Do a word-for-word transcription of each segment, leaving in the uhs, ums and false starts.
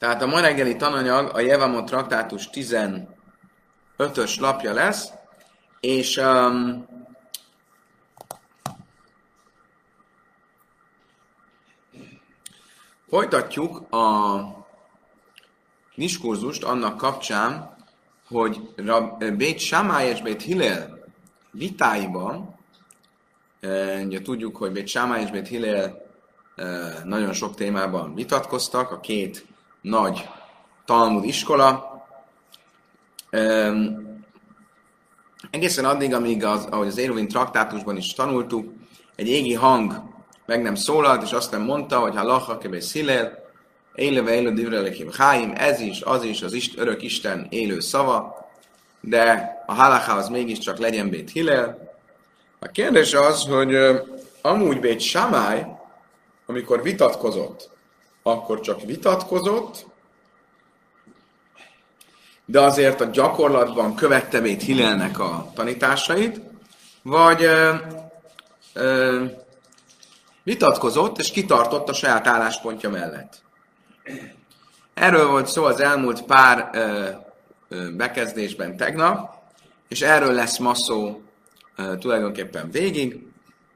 Tehát a ma reggeli tananyag a Jevamot traktátus tizenötös lapja lesz, és um, folytatjuk a diskurzust annak kapcsán, hogy Bét Sámály és Bét Hillel vitáiban, ugye tudjuk, hogy Bét Sámály és Bét Hillel nagyon sok témában vitatkoztak, a két nagy Talmud iskola. Egészen addig, amíg, az, ahogy az Éruvin traktátusban is tanultuk, egy égi hang meg nem szólalt, és azt nem mondta, hogy ha lacha kebész Hillel, élőve élő divrelekim háim, ez is, az is, az ist, örök Isten élő szava, de a halacha az mégiscsak legyen Bét Hillel. A kérdés az, hogy uh, amúgy Bét Sámály, amikor vitatkozott, akkor csak vitatkozott, de azért a gyakorlatban követte Bét Hillelnek a tanításait, vagy uh, uh, vitatkozott és kitartott a saját álláspontja mellett. Erről volt szó az elmúlt pár ö, ö, bekezdésben tegnap, és erről lesz ma szó ö, tulajdonképpen végig.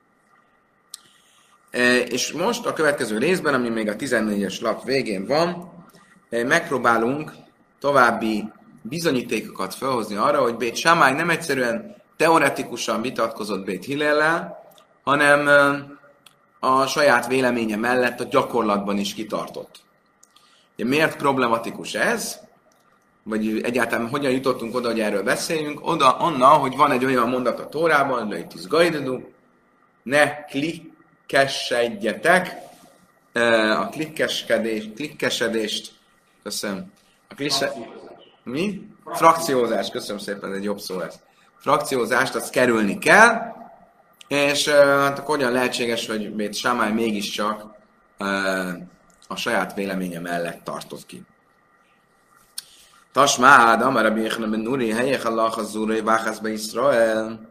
E, és most a következő részben, ami még a tizennégyes lap végén van, e, megpróbálunk további bizonyítékokat felhozni arra, hogy Bét Sámály nem egyszerűen teoretikusan vitatkozott Bét Hillellel, hanem ö, a saját véleménye mellett a gyakorlatban is kitartott. Ugye miért problematikus ez? Vagy egyáltalán hogyan jutottunk oda, hogy erről beszéljünk? Oda, onnan, hogy van egy olyan mondat a Tórában, hogy tisz gajdedu, ne klikkessedjetek, a klikkeskedés, klikkesedést, köszönöm. A klisse... Mi? Frakciózás, köszönöm szépen, egy jobb szó lesz. Frakciózást, azt kerülni kell, és hát akkor hogyan lehetséges, hogy Bét Sámály mégiscsak a saját véleménye mellett tartott ki. Tasmád, amar Rabbi Yochanan ben Nuri, helyek Allah az Zúrai Váhász be Iszrael.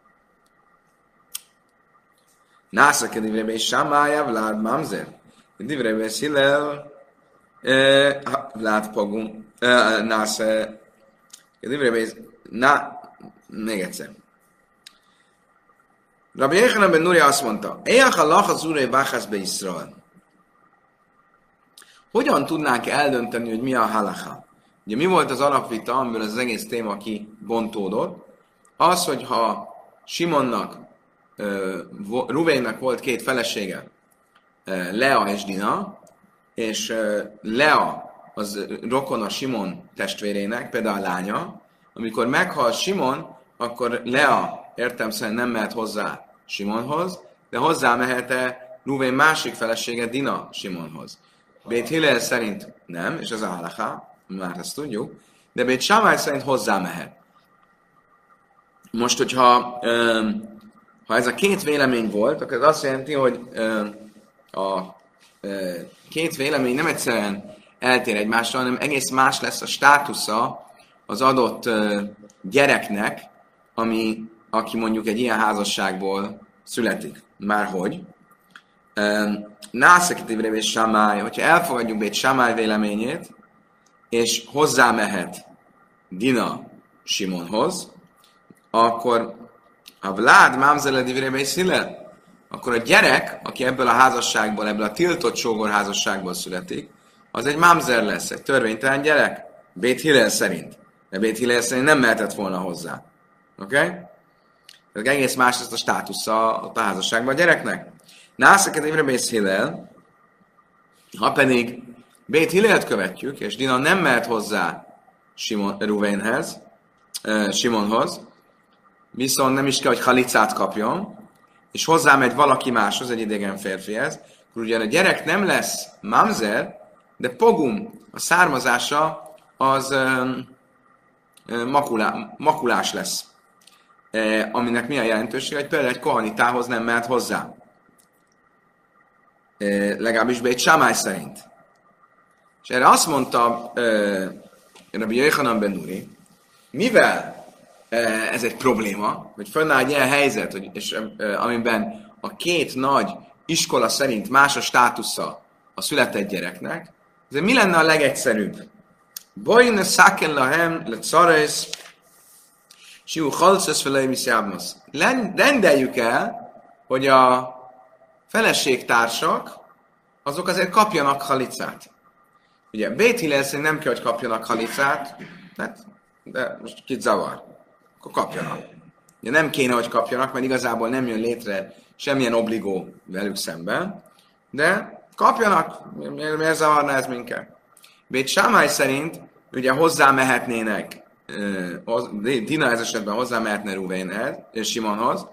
Násza ke divrei Bét Sámály, vlád mamzer. Divrei Bét Hillel, vlád pogum. Násza ke divrei Bét... Na, még egyszer. Rabbi Yochanan ben Nuri azt mondta, helyek Allah az Zúrai Váhász be Iszrael. Hogyan tudnánk eldönteni, hogy mi a halacha? Ugye mi volt az alapvita, amiből az egész téma kibontódott? Az, hogy ha Simonnak, uh, Ruvénnak volt két felesége, uh, Lea és Dina, és uh, Lea az rokona Simon testvérének, például a lánya, amikor meghal Simon, akkor Lea értelemszerűen nem mehet hozzá Simonhoz, de hozzá mehet-e Ruvén másik felesége Dina Simonhoz. Bét Hillel szerint nem, és ez a halacha, már ezt tudjuk, de Bét Sámály szerint hozzá mehet. Most, hogyha um, ha ez a két vélemény volt, akkor ez azt jelenti, hogy um, a uh, két vélemény nem egyszerűen eltér egymástól, hanem egész más lesz a státusza az adott uh, gyereknek, ami, aki mondjuk egy ilyen házasságból születik. Márhogy. Nászakíti Bét Sámály, hogyha elfogadjuk Bét Sámály véleményét, és hozzá mehet Dina Simonhoz, akkor a Vlád Mámzele divrei Bét Hillel, akkor a gyerek, aki ebből a házasságból, ebből a tiltott sógorházasságból születik, az egy mámzer lesz, egy törvénytelen gyerek, Bét Hillel szerint. De Bét Hillel szerint nem mehetett volna hozzá. Oké? Okay? Ez egész más lesz a státusza a házasságban a gyereknek. Nászeket évre Bét Hillel, ha pedig Bét Hillelt követjük, és Dina nem mehet hozzá Simon, Ruvénhez, uh, Simonhoz, viszont nem is kell, hogy halicát kapjon, és hozzámegy valaki máshoz, egy idegen férfihez, akkor ugyan a gyerek nem lesz mamzer, de pogum, a származása az uh, uh, makulá, makulás lesz. Uh, aminek mi a jelentőség, hogy például egy kohanitához nem mehet hozzá. Uh, legalábbis Bét Sámály szerint. És erre azt mondta uh, Rabbi Yochanan ben Nuri, mivel uh, ez egy probléma, hogy fönnáll egy ilyen helyzet, hogy, és, uh, amiben a két nagy iskola szerint más a státusza a született gyereknek, De mi lenne a legegyszerűbb? Bojne szaken lahem le cares, siú halszesz felé miszábmasz. Rendeljük el, hogy a feleségtársak, azok azért kapjanak halicát. Ugye Bét Hillel szerint nem kell, hogy kapjanak halicát, hát, de most kit zavar, akkor kapjanak. Ugye nem kéne, hogy kapjanak, mert igazából nem jön létre semmilyen obligó velük szemben, de kapjanak, miért, miért zavarna ez minket? Bét Sámály szerint ugye hozzá mehetnének, Dina ez esetben hozzá mehetne Ruvénhez, és Simonhoz,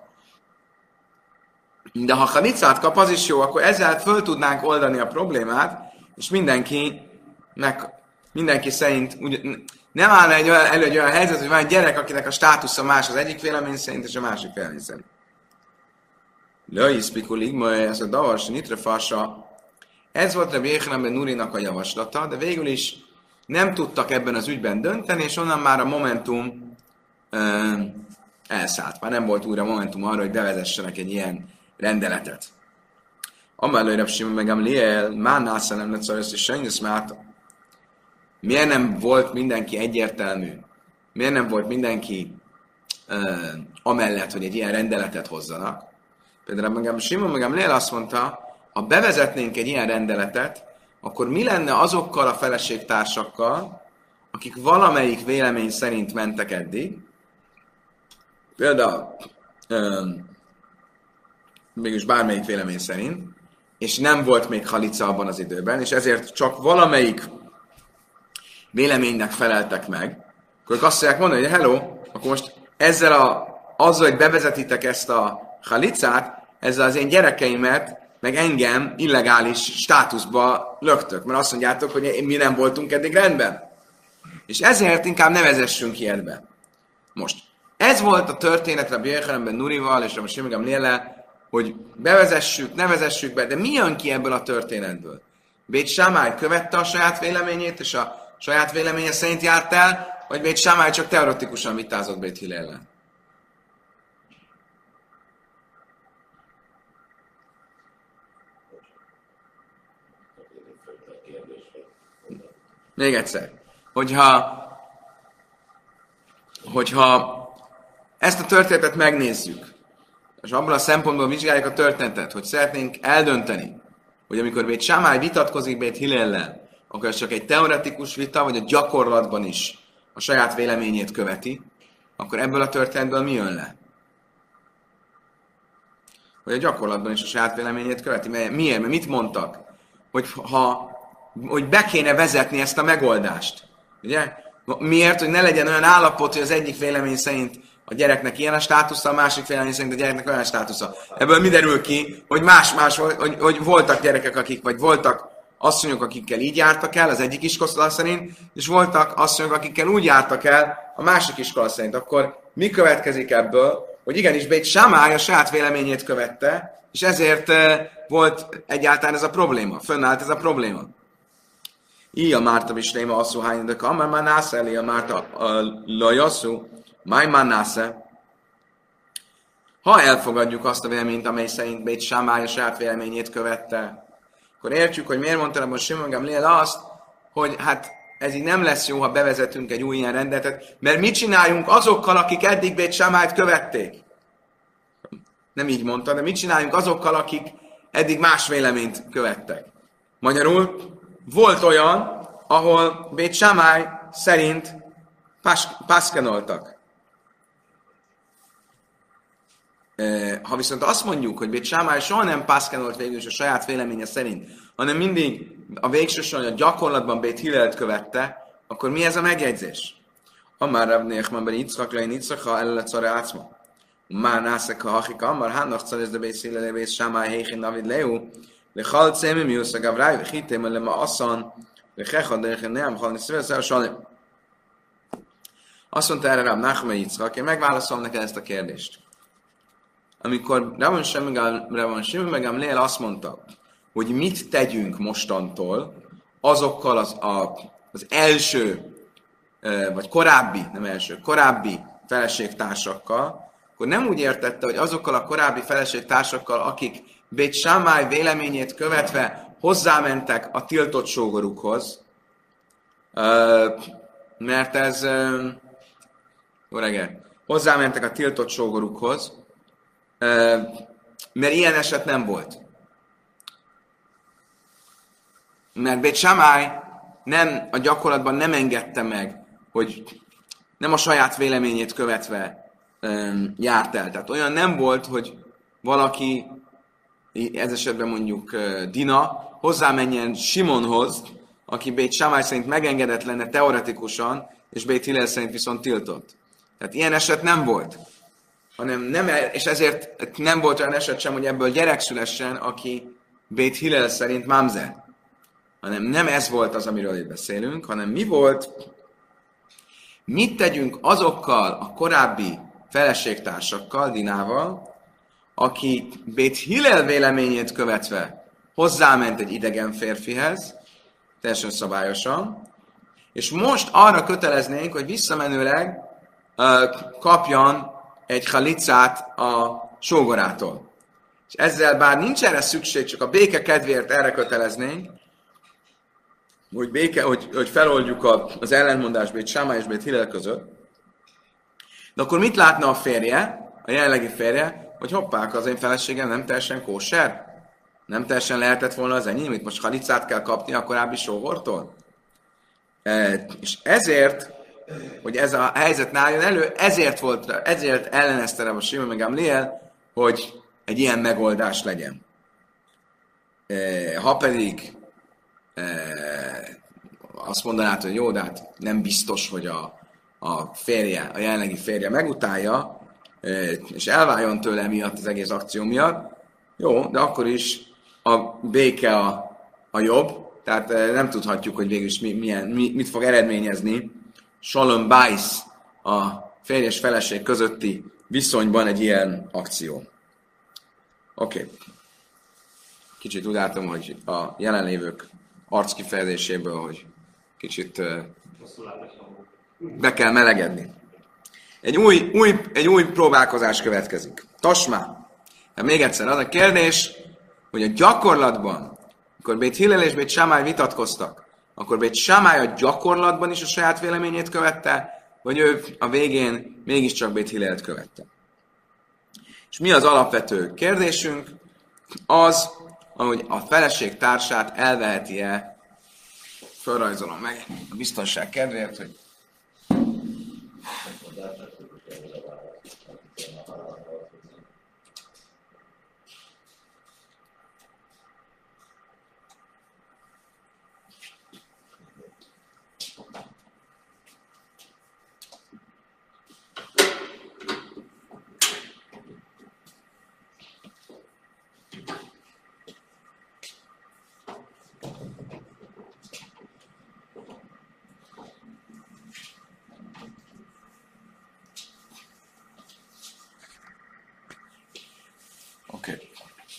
de ha halicát kap, az is jó, akkor ezzel föl tudnánk oldani a problémát, és mindenki, meg, mindenki szerint úgy, nem állna egy olyan, elő egy olyan helyzet, hogy van egy gyerek, akinek a státusza más az egyik vélemény szerint, és a másik vélemény szerint. Lőiszpikulig, ma ez a davas nitrefasa, ez volt Rabbi Jéhanan ben Nurinak a javaslata, de végül is nem tudtak ebben az ügyben dönteni, és onnan már a momentum ö, elszállt. Már nem volt újra momentum arra, hogy bevezessenek egy ilyen rendeletet. Amellő Reb Simon meg Gamliel, már násza nem lett szarös, és sajnos már miért nem volt mindenki egyértelmű? Miért nem volt mindenki ö, amellett, hogy egy ilyen rendeletet hozzanak? Például meg Simon meg Gamliel azt mondta, ha bevezetnénk egy ilyen rendeletet, akkor mi lenne azokkal a feleségtársakkal, akik valamelyik vélemény szerint mentek eddig, például ö, mégis bármelyik vélemény szerint, és nem volt még halica abban az időben, és ezért csak valamelyik véleménynek feleltek meg, akkor azt fogják mondani, hogy hello, akkor most ezzel a, azzal, hogy bevezetitek ezt a halicát, ezzel az én gyerekeimet, meg engem illegális státuszba löktök, mert azt mondjátok, hogy mi nem voltunk eddig rendben. És ezért inkább ne vezessünk ilyetbe. Most, ez volt a történet Rabbi Jéhanan ben Nurival és Rabbi Simon Gamliellel, hogy bevezessük, ne vezessük be, de mi jön ki ebből a történetből? Bét Sámály követte a saját véleményét, és a saját véleménye szerint járt el, vagy Bét Sámály csak teoretikusan vitázott Bét Hillellel? Még egyszer. Hogyha, hogyha ezt a történetet megnézzük, és abban a szempontból vizsgáljuk a történetet, hogy szeretnénk eldönteni, hogy amikor Bét Sámály vitatkozik Bét Hillellel, akkor ez csak egy teoretikus vita, vagy a gyakorlatban is a saját véleményét követi, akkor ebből a történetből mi jön le? Hogy a gyakorlatban is a saját véleményét követi. Miért? Mert mit mondtak? Hogy, ha, hogy be kéne vezetni ezt a megoldást. Ugye? Miért? Hogy ne legyen olyan állapot, hogy az egyik vélemény szerint a gyereknek ilyen a státusza, a másik vélemény szerint a gyereknek olyan státusza. Ebből mi derül ki, hogy más-más, hogy, hogy voltak gyerekek, akik, vagy voltak asszonyok, akikkel így jártak el, az egyik iskola szerint, és voltak asszonyok, akikkel úgy jártak el a másik iskola szerint. Akkor mi következik ebből? Hogy igenis Bét Sámály a saját véleményét követte, és ezért uh, volt egyáltalán ez a probléma. Fönnállt ez a probléma. Így a Márta Bisléma asszú hányadaka, amár már nász elé a Márta lajasszú, máj már násze. Ha elfogadjuk azt a véleményt, amely szerint Bét Sámály a saját véleményét követte, akkor értjük, hogy miért mondta a Simon Gamliel azt, hogy hát ez így nem lesz jó, ha bevezetünk egy új ilyen rendetet, mert mit csináljunk azokkal, akik eddig Bét Sámályt követték? Nem így mondta, de mit csináljunk azokkal, akik eddig más véleményt követtek? Magyarul volt olyan, ahol Bét Sámály szerint pászkenoltak. Ha viszont azt mondjuk, hogy Bét Sámály soha nem pászkenolt végül is a saját véleménye szerint, hanem mindig a végső soron a gyakorlatban Bét Hillelt követte, akkor mi ez a megjegyzés? Amár Rav Néchman ben Yitzchak lein Yitzchak ha ellet szare ácma. Már nászek ha hachika, amár hánnak szarez de Bét Hillel Bét Sámály héchin David Leu, le chal cémi miusz a gavráj, ve hitém le ma asszan, le hecha derchen neam halni szíveszel salim. Azt mondta erre Rav Nachman ben Yitzchak, én megválaszolom neked ezt a kérdést. Amikor Rabban Simon meg Gamliel azt mondta, hogy mit tegyünk mostantól azokkal az, a, az első, vagy korábbi, nem első, korábbi feleségtársakkal, akkor nem úgy értette, hogy azokkal a korábbi feleségtársakkal, akik Bét Sámály véleményét követve hozzámentek a tiltott sógorukhoz, mert ez... Jó reggel! Hozzámentek a tiltott sógorukhoz, mert ilyen eset nem volt. Mert Bét Sámály nem, a gyakorlatban nem engedte meg, hogy nem a saját véleményét követve um, járt el. Tehát olyan nem volt, hogy valaki, ez esetben mondjuk uh, Dina, hozzámenjen Simonhoz, aki Bét Sámály szerint megengedett lenne teoretikusan, és Bét Hillel szerint viszont tiltott. Tehát ilyen eset nem volt. Hanem nem, és ezért nem volt olyan eset sem, hogy ebből gyerek szülessen, aki Bét Hillel szerint mamzer. Hanem nem ez volt az, amiről itt beszélünk, hanem mi volt, mit tegyünk azokkal a korábbi feleségtársakkal, Dinával, aki Bét Hillel véleményét követve hozzáment egy idegen férfihez, teljesen szabályosan, és most arra köteleznénk, hogy visszamenőleg uh, kapjon egy halicát a sógorától. És ezzel bár nincs erre szükség, csak a béke kedvéért erre köteleznénk, hogy, béke, hogy, hogy feloldjuk a, az ellentmondást Bét Sámály és Bét Hillel között. De akkor mit látna a férje, a jelenlegi férje, hogy hoppák, az én feleségem nem teljesen kóser? Nem teljesen lehetett volna az enyém, itt most halicát kell kapni a korábbi sógortól? E, és ezért, hogy ez a helyzet jön elő, ezért volt, ezért ellenezte a Simon meg Gamliel, hogy egy ilyen megoldás legyen. E, ha pedig azt mondanád, hogy jó, de hát nem biztos, hogy a, a férje, a jelenlegi férje megutálja, és elváljon tőle miatt az egész akció miatt. Jó, de akkor is a béke a, a jobb, tehát nem tudhatjuk, hogy végül is mi, milyen, mi, mit fog eredményezni Shalom Bais a férj és feleség közötti viszonyban egy ilyen akció. Oké. Okay. Kicsit úgy látom, hogy a jelenlévők arckifejezéséből, hogy kicsit uh, be kell melegedni. Egy új, új, egy új próbálkozás következik. Tasmá. Hát még egyszer az a kérdés, hogy a gyakorlatban, amikor Bét Hillel és Bét Sámály vitatkoztak, akkor Bét Sámály a gyakorlatban is a saját véleményét követte, vagy ő a végén mégiscsak Bét Hillelt követte. És mi az alapvető kérdésünk? Az, ahogy a feleség társát elveheti-e, felrajzolom meg a biztonság kedvéért, hogy oké. Okay.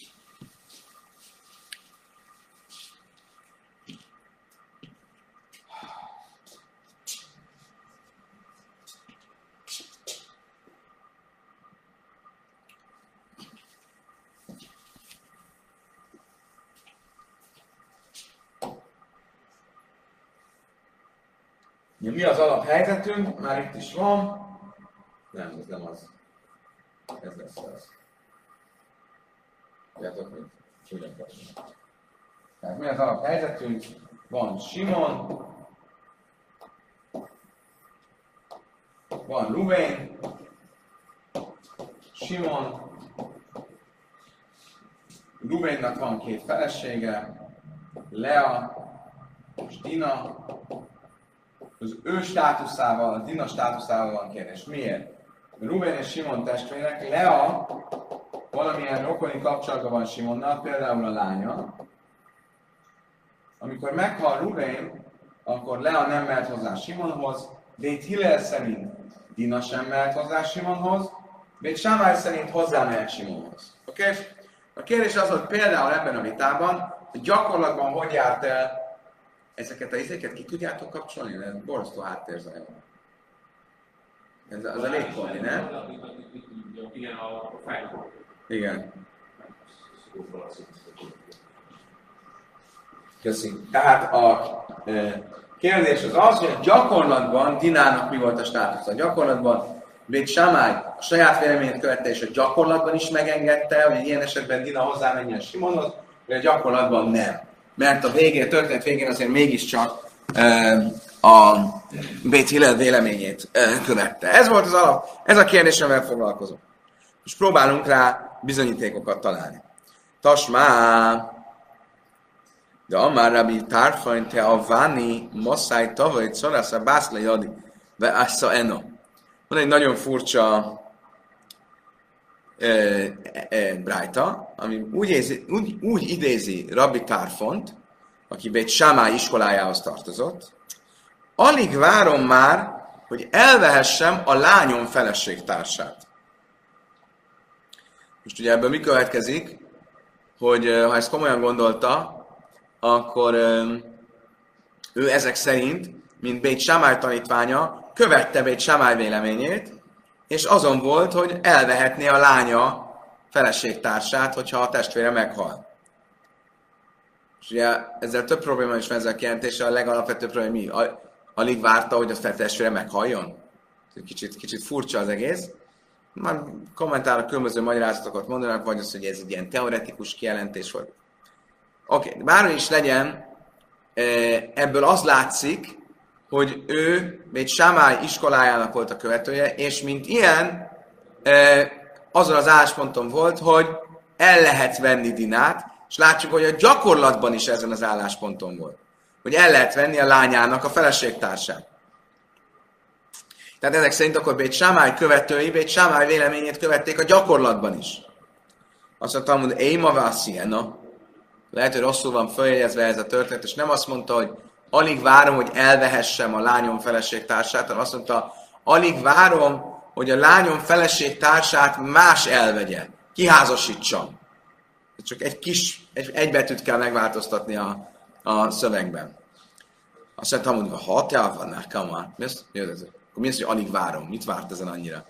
Mi az alaphelyzetünk? Már itt is van. Nem, ez nem az. Ez lesz az. Tudjátok, hogy hogyan kapcsolni. Tehát mi az alaphelyzetünk? Van Simon, van Ruvén, Simon, Ruvénnak van két felesége, Lea és Dina. Az ő státuszával, a Dina státuszával van kérdés. Miért? Ruvén és Simon testvérek, Lea valamilyen rokoni kapcsolatban van Simonnal, például a lánya. Amikor meghal Ruvén, akkor Lea nem mehet hozzá Simonhoz, Bét Hillel szerint Dina sem mehet hozzá Simonhoz, Bét Sámály szerint hozzá mehet Simonhoz. Oké? Okay? A kérdés az, hogy például ebben a vitában, hogy gyakorlatban hogy járt el ezeket a izéket, ki tudjátok kapcsolni? Ez borzasztó háttérzaj. Ez az a légkolni, nem? Igen, a fejlő. Igen. Köszönöm. Tehát a e, kérdés az az, hogy a gyakorlatban Dinának mi volt a státusz. A gyakorlatban Bét Sámály a saját véleményét követte, és a gyakorlatban is megengedte, hogy ilyen esetben Dina hozzámenjen Simonhoz, de a gyakorlatban nem. Mert a végén, a történet végén azért mégiscsak e, a Bét Hillel véleményét e, követte. Ez volt az alap, ez a kérdés, amivel foglalkozom. És próbálunk rá bizonyítékokat találni. Tasmá! De amár Rabbi Tarfain te a váni moszáj tavaly szorász a bászla jadi, ve assza eno. Van egy nagyon furcsa e, e, brájta, ami úgy, ézi, úgy, úgy idézi Rabbi Tarfont, aki Bét Sámály iskolájához tartozott, alig várom már, hogy elvehessem a lányom feleségtársát. Most ugye ebből mi következik, hogy ha ezt komolyan gondolta, akkor ő ezek szerint, mint Bét Sámály tanítványa, követte Bét Sámály véleményét, és azon volt, hogy elvehetné a lánya feleségtársát, hogyha a testvére meghal. És ugye ezzel több probléma is van ezzel a kijelentéssel, a legalapvetőbb probléma mi? Alig várta, hogy a testvére meghaljon? Kicsit, kicsit furcsa az egész. Már kommentárok különböző magyarázatokat mondanak, vagy az, hogy ez egy ilyen teoretikus kijelentés volt. Oké, okay, bármi is legyen, ebből az látszik, hogy ő Bét Sámály iskolájának volt a követője, és mint ilyen, azon az állásponton volt, hogy el lehet venni Dinát, és látjuk, hogy a gyakorlatban is ezen az állásponton volt. Hogy el lehet venni a lányának a feleségtársát. Tehát ezek szerint akkor Bét Sámály követői, Bét Sámály véleményét követték a gyakorlatban is. Azt mondtam, hogy Éma Vássziena, lehet, hogy rosszul van följegyezve ez a történet, és nem azt mondta, hogy alig várom, hogy elvehessem a lányom feleségtársát, hanem azt mondta, alig várom, hogy a lányom feleségtársát más elvegye, kiházasítsam. Csak egy kis, egy, egy betűt kell megváltoztatni a, a szövegben. Azt mondtam, hogy ha te vannak, kamar, mi az? Mi az? Akkor mi az, hogy alig várom? Mit várt ezen annyira?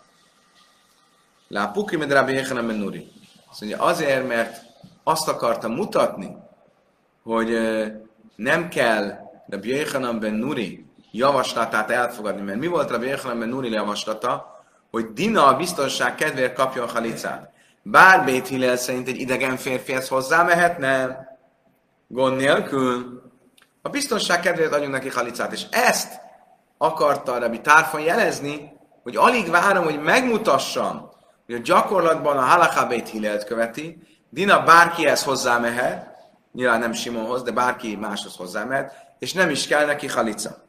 Lá pukri med Rabbi Yechanan ben Nuri. Azt mondja, azért, mert azt akarta mutatni, hogy nem kell Rabbi Yechanan ben Nuri javaslatát elfogadni, mert mi volt Rabbi Yechanan ben Nuri javaslata, hogy Dina a biztonság kedvéért kapjon halicát. Bár Bét Hillel szerint egy idegen férfihez hozzá mehetne, gond nélkül, a biztonság kedvéért adjunk neki halicát, és ezt akarta Rabbi Tarfon jelezni, hogy alig várom, hogy megmutassam, hogy a gyakorlatban a halakha Bét Hillelt követi, Dina bárkihez hozzámehet, nyilván nem Simonhoz, de bárki máshoz hozzámehet, és nem is kell neki halica. Oké,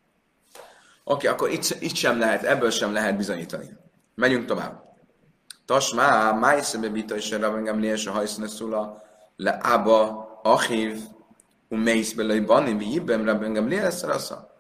okay, akkor itt, itt sem lehet, ebből sem lehet bizonyítani. Megyünk tovább. Tasmá, májszebe bita és a Rabban Gamliel se hajszne szula le ába, achiv, um mészbe lej banni, mi ibbem Rabban Gamliel szarasza.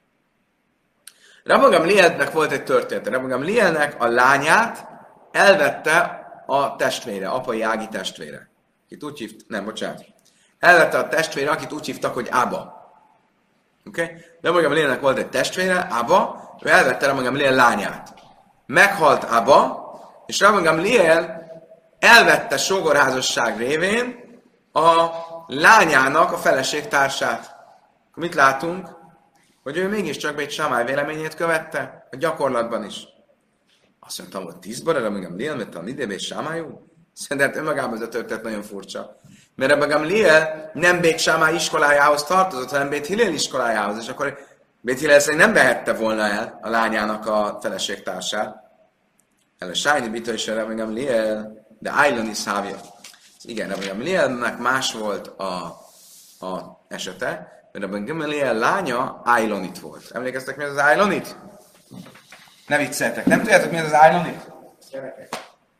Rabban Gamlielnek volt egy történet. Rabban Gamlielnek a lányát elvette a testvére, apai Ági testvére. Akit úgy hívt, nem, bocsánat. Elvette a testvére, akit úgy hívtak, hogy Ába. Oké? Okay? Rabban Gamlielnek volt egy testvére, Ába, és elvette Rabban Gamliel lányát. Meghalt Ába, és Rabban Gamliel elvette sógorházasság révén a lányának a feleségtársát. Akkor mit látunk? Hogy ő mégiscsak Bét Sámály véleményét követte, a gyakorlatban is. Azt mondtam, hogy tízbara, Rabban Gamliel, mert a Nidé Bét Sámályú? Szerintem önmagában ez a történet nagyon furcsa. Mert Rabban Gamliel nem Bét Sámály iskolájához tartozott, hanem Bét Hillel iskolájához, és akkor Bét Hillel szerint nem vehette volna el a lányának a feleségtársát. El a Sájni Bita és a Rabban Gamliel, de Ájlon is hávja. Igen, Rabban Gamlielnek más volt a, a esete, mert Rabban Gamliel lánya Ájlonit volt. Emlékeztek, mi az az Ájlonit? Ne vicceltek, nem tudjátok, mi az az Ájlonit? Gyerekek.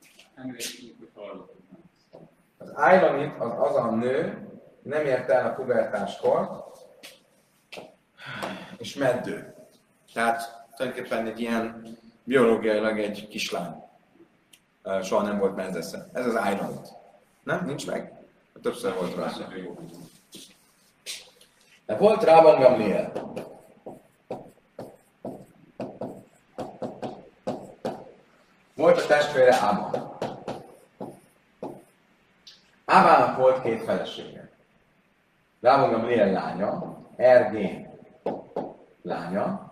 Az Ájlonit az az a nő, nem ért el a pubertáskor, és meddő. Tehát tulajdonképpen egy ilyen biológiailag egy kislány. Soha nem volt menzesze. Ez az Ájlonit. Nem? Nincs meg? Többször volt rá. De volt Rabban Gamliel. Volt a testvére Ába. Ábának volt két felesége. Rában Gamliel lánya, er gé lánya,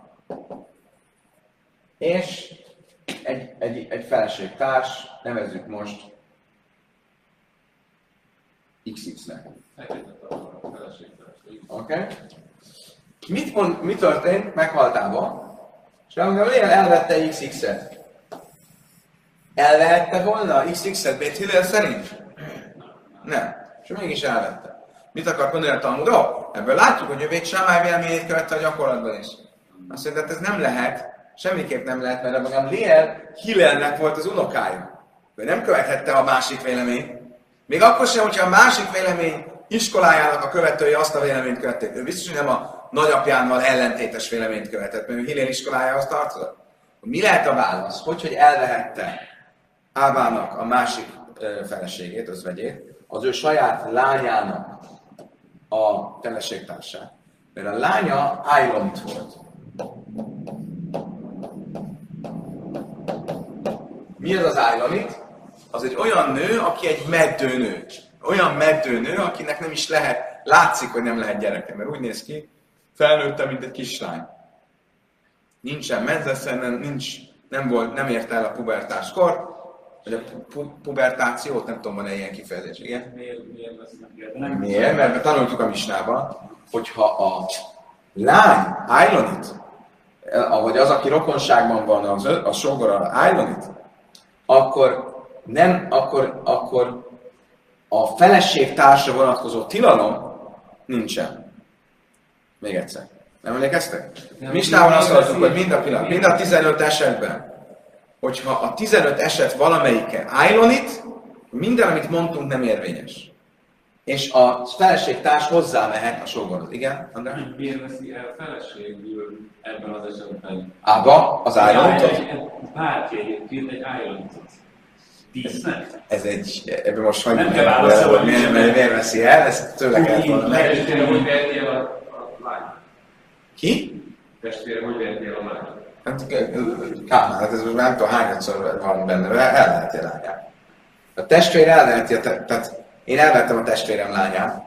és egy, egy, egy feleségtárs, nevezzük most iksz iksz-nek. Oké? Okay. Mit, mond, mi történt meghaltában? És Rában Gamliel elvette iksz iksz-et. Elvehette volna iksz iksz-et Bét Hillel szerint? Nem. És mégis elvette. Mit akart mondani a Talmud? Ó, ebből látjuk, hogy a Bét Sámály véleményét követte a gyakorlatban is. Azt mondja, hogy ez nem lehet, semmiképp nem lehet, mert a Gamliel Hillelnek volt az unokája. Ő nem követhette a másik véleményt. Még akkor sem, hogyha a másik vélemény iskolájának a követői azt a véleményt követték. Ő biztos, hogy nem a nagyapjával ellentétes véleményt követett, mert ő Hillel iskolájához tartozott. Mi lehet a válasz? Hogy, hogy elvehette Ábának a másik ö, feleségét, özvegyét, az ő saját lányának a feleségtársát. Mert a lánya Ájlomit volt. Mi az az Ájlomit? Az egy olyan nő, aki egy meddőnő. Olyan meddőnő, akinek nem is lehet, látszik, hogy nem lehet gyereke, mert úgy néz ki, felnőtte, mint egy kislány. Nincsen menzeszen, nincs, nem, volt, nem ért el a pubertáskor, vagy a pu- pubertációt, nem tudom, van-e ilyen kifejezés, igen? Miért, miért vesznek Nem miért, mert tanultuk a misnában, hogyha a lány Ájlonit, vagy az, aki rokonságban van, az, a sógora Ájlonit, akkor nem, akkor, akkor a feleség társa vonatkozó tilalom nincsen. Még egyszer. Nem emlékeztek? Misnában azt hallottuk, hogy mind a pillanat, mind a tizenöt esetben, hogyha a tizenöt eset valamelyike Ájlonit, minden, amit mondtunk, nem érvényes. És a feleségtárs hozzá mehet a sógorhoz. Igen, András? Miért veszi el feleségül ebben az esetben? Ába, az Ájlonitot? Bárki egyébként egy Ájlonitot. Tíznek? Ez egy, ebben most hagyjuk Nem kell válaszolni. miért, miért, miért veszi el, ezt tőle kellett volna meg. Testvére, hogy verti el a, a lányt? Ki? Testvére, hogy verti el a lányt? Hát, Kálmán, hát ez most már nem tudom hányadszor van benne, de elveheti a lányát. A testvér elveheti, a te, tehát én elvettem a testvérem lányát.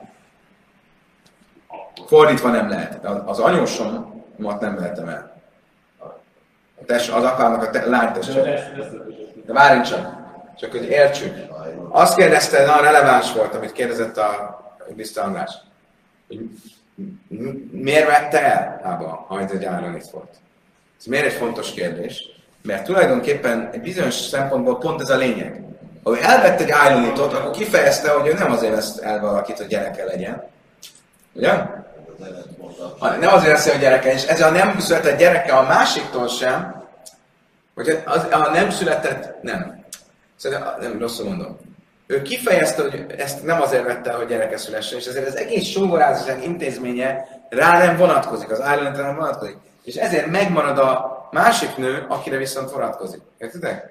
Fordítva nem lehet. Az anyósomat nem vehetem el. A test, az apának a te, lány testvére. De várjunk csak, csak hogy értsük. Azt kérdezte, nagyon releváns volt, amit kérdezett a Biszta András, hogy miért vette el Ába, ha ez egy Ájlonit volt. Ez miért egy fontos kérdés? Mert tulajdonképpen egy bizonyos szempontból pont ez a lényeg. Ha ő elvette egy Ájlonitot, akkor kifejezte, hogy ő nem azért vesz el valakit, hogy gyereke legyen. Ugye? Nem azért veszi, hogy gyereke, és ezzel nem született gyereke a másiktól sem, hogy az, a nem született, nem. Szóval nem rosszul mondom. Ő kifejezte, hogy ezt nem azért vette, hogy gyereke szülessen, és ezért az egész sógorázóság intézménye rá nem vonatkozik, az Ájlonitra nem vonatkozik. És ezért megmarad a másik nő, akire viszont vonatkozik. Értitek?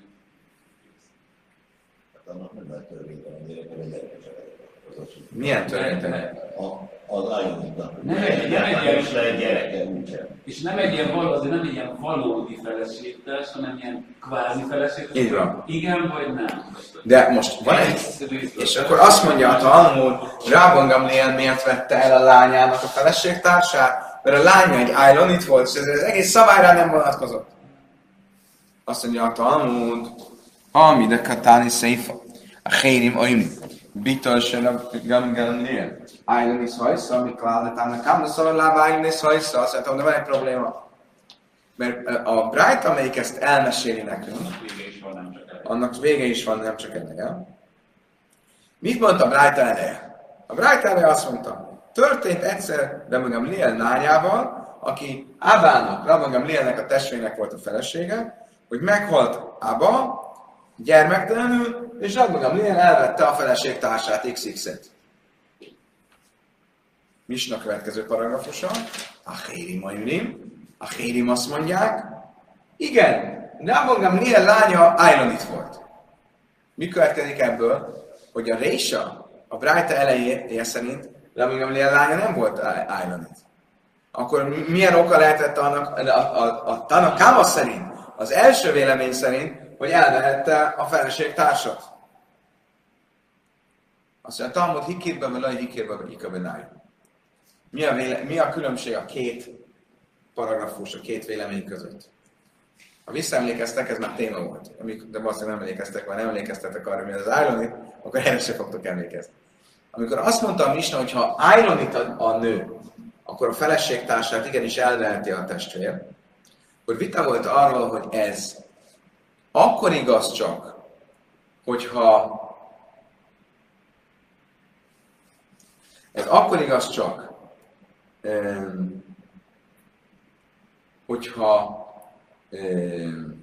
Milyen törvénytelen? Az Ájlonitnak. Nem egy, nem egy ilyen, is lehet gyereke, úgysem. és nem egy ilyen, val- azért nem egy ilyen valódi feleségtárs, hanem ilyen kvázi feleségtárs. Így van. Igen vagy nem? De most van egy... És akkor azt mondja a Talmud, Rában Gamliel miért vette el a lányának a feleségtársát, mert a lánya egy Ájlonit volt, és ez az egész szabályra nem vonatkozott. Azt mondja a Talmud, ami de katáni széfa, a hérim oim, bitol se Rában Gamliel. Ájlonis hajsza, amikor állítának ám, de szóval lába Ájlonis hajsza, azt mondtam, de van egy probléma. Mert a Bright, amelyik ezt elmeséli nekünk, Vége is van, nem csak elég. annak vége is van, nem csak eleje. Mit mondta a Bright eleje? A Bright eleje azt mondta, történt egyszer Rában Gamliel lányával, aki Ábának, Rában Gamlielnek a testvének volt a felesége, hogy meghalt Ába, gyermektelenül, és Rában Gamliel elvette a feleség társát iksz iksz-et. Misna következő paragrafusa, a hérim ajrim, a hérim azt mondják, igen, Rában Gamliel lánya Ájlonit volt. Mi következik ebből? Hogy a Résa, a Brájta elejéje szerint Rában Gamliel lánya nem volt Ájlonit. Akkor milyen oka lehetett annak, a, a, a Tanakáma szerint, az első vélemény szerint, hogy elvehette a feleség társat? Azt mondja, Talmud hikirbe, vagy laj hikirbe, vagy ikabenáj. Mi a, véle, mi a különbség a két paragrafus, a két vélemény között? Ha visszaemlékeztek, ez már téma volt. De valószínűleg nem emlékeztek, vagy nem emlékeztetek arra, mi az Ájlonit, akkor erre se fogtok emlékezni. Amikor azt mondta a Misna, hogy ha Ájlonit a, a nő, akkor a feleségtársát igenis elveheti a testvér, akkor vita volt arról, hogy ez akkor igaz csak, hogyha ez akkor igaz csak, um, hogyha um,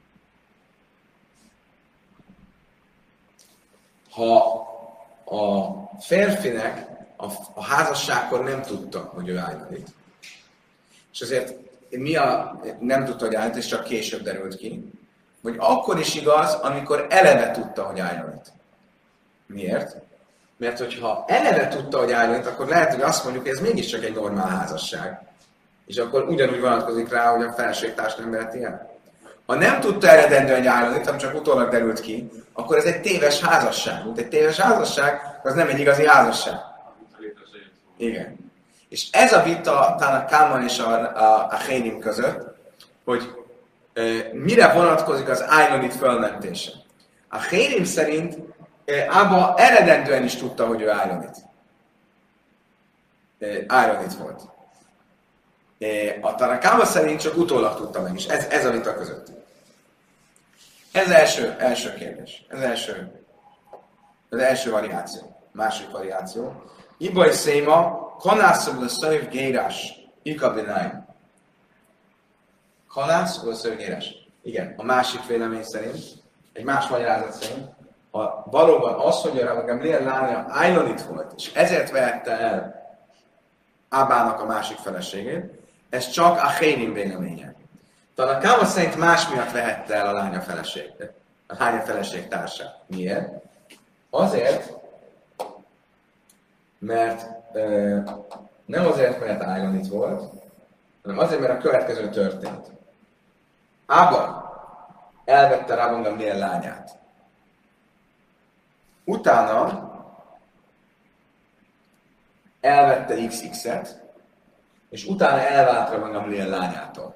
ha a férfinek a, a házasságkor nem tudta, hogy ő állít. És azért mi a, nem tudta, hogy állít, és csak később derült ki, vagy akkor is igaz, amikor eleve tudta, hogy állít. Miért? Mert hogyha eleve tudta, hogy állít, akkor lehet, hogy azt mondjuk, hogy ez mégiscsak egy normál házasság. És akkor ugyanúgy vonatkozik rá, hogy a feleségtárs nem veheti el. Ha nem tudta eredendően, hogy állít, hanem csak utólag derült ki, akkor ez egy téves házasság. Mint egy téves házasság, az nem egy igazi házasság. Igen. És ez a vita talán a Kálmán és a, a, a Hénim között, hogy e, mire vonatkozik az Ájlonit fölmentése. A Hénim szerint e, Ába eredendően is tudta, hogy ő Ájlonit. E, Ájlonit volt. E, a Tanakáma szerint csak utólag tudta meg is. Ez, ez a vita között. Ez első, első kérdés. Ez első, az első variáció. Második variáció. Ibai Széma, Kanász a szöv gérás, ikabináim. Kanász a szöv gérás. Igen, a másik vélemény szerint, egy más magyarázat szerint, ha valóban az, hogy a Gamliel lánya Ájlonit volt, és ezért vehette el Ábának a másik feleségét, ez csak a Hénim véleménye. Talán a Káma szerint más miatt vehette el a lánya feleség, a lánya feleség társát. Miért? Azért, mert ö, nem azért, mert Ájlonit volt, hanem azért, mert a következő történt. Ába elvette Rabban Gamliel lányát. Utána elvette iksz iksz-et, és utána elvált Rabban Gamliel lányától.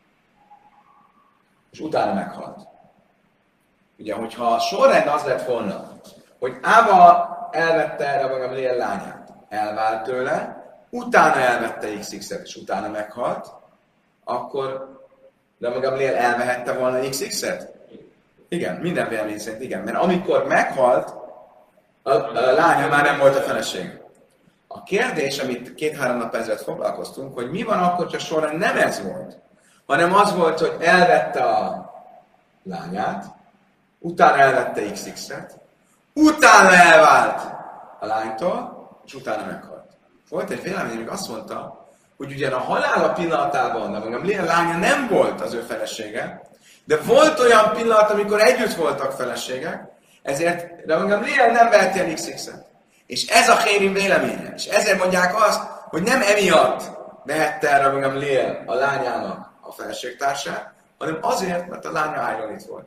És utána meghalt. Ugye, hogyha a sorrend az lett volna, hogy Ába elvette Rabban Gamliel lányát, elvált tőle, utána elvette iksz iksz-et, és utána meghalt, akkor Rabban Gamliel elvehette volna iksz iksz-et? Igen, minden vélemény szerint igen, mert amikor meghalt, a, a lánya már nem volt a feleség. A kérdés, amit két-három nap ezelőtt foglalkoztunk, hogy mi van akkor, ha sorrend nem ez volt, hanem az volt, hogy elvette a lányát, utána elvette iksz iksz-et, utána elvált a lánytól, és utána meghalt. Volt egy vélemény, amik azt mondta, hogy ugyan a halála pillanatában, de Gamliel lánya nem volt az ő felesége, de volt olyan pillanat, amikor együtt voltak feleségek, ezért Rabban Gamliel nem veheti el iksz iksz-et. És ez a Hérim véleménye. És ezért mondják azt, hogy nem emiatt vehette el Rabban Gamliel a lányának a feleségtársát, hanem azért, mert a lánya Ájlonit volt.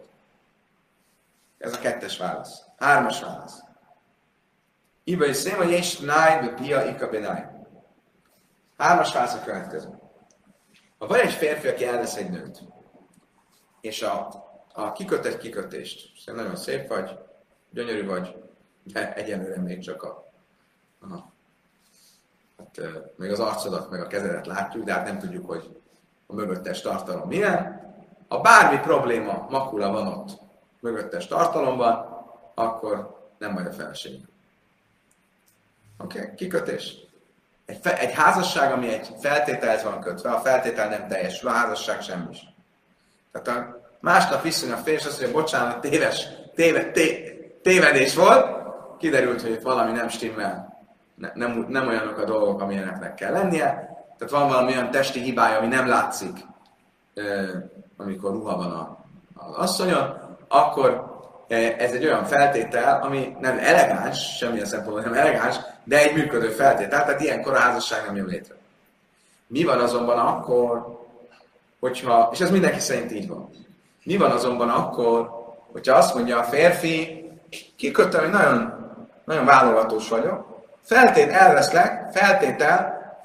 Ez a kettes válasz. Hármas válasz. Ibai Széma és náj be pia ika benáj. Hármas válasz a következő. Ha van egy férfi, aki elvesz egy nőt, és a, a kiköt egy kikötést, és nagyon szép vagy, gyönyörű vagy, de egyenlőre még csak a, a hát, még az arcodat, meg a kezedet látjuk, de hát nem tudjuk, hogy a mögöttes tartalom milyen. Ha bármi probléma, makula van ott mögöttes tartalomban, akkor nem majd a feleség. Oké? Okay? Kikötés. Egy, fe, egy házasság, ami egy feltételhez van kötve, a feltétel nem teljesül, a házasság semmi is. Tehát a másnap viszony a férj, és azt mondja, bocsánat, téves, téve, té, tévedés volt, kiderült, hogy itt valami nem stimmel, ne, nem, nem olyanok a dolgok, amilyeneknek kell lennie, tehát van valami olyan testi hibája, ami nem látszik, amikor ruha van a, az asszonyon, akkor ez egy olyan feltétel, ami nem elegáns, semmilyen szempontból nem elegáns, de egy működő feltétel, tehát ilyenkor a házasság nem jön létre. Mi van azonban akkor, hogyha, és ez mindenki szerint így van, mi van azonban akkor, hogyha azt mondja a férfi, kikötöm, hogy nagyon, nagyon válogatós vagyok, feltét elveszlek, feltétel,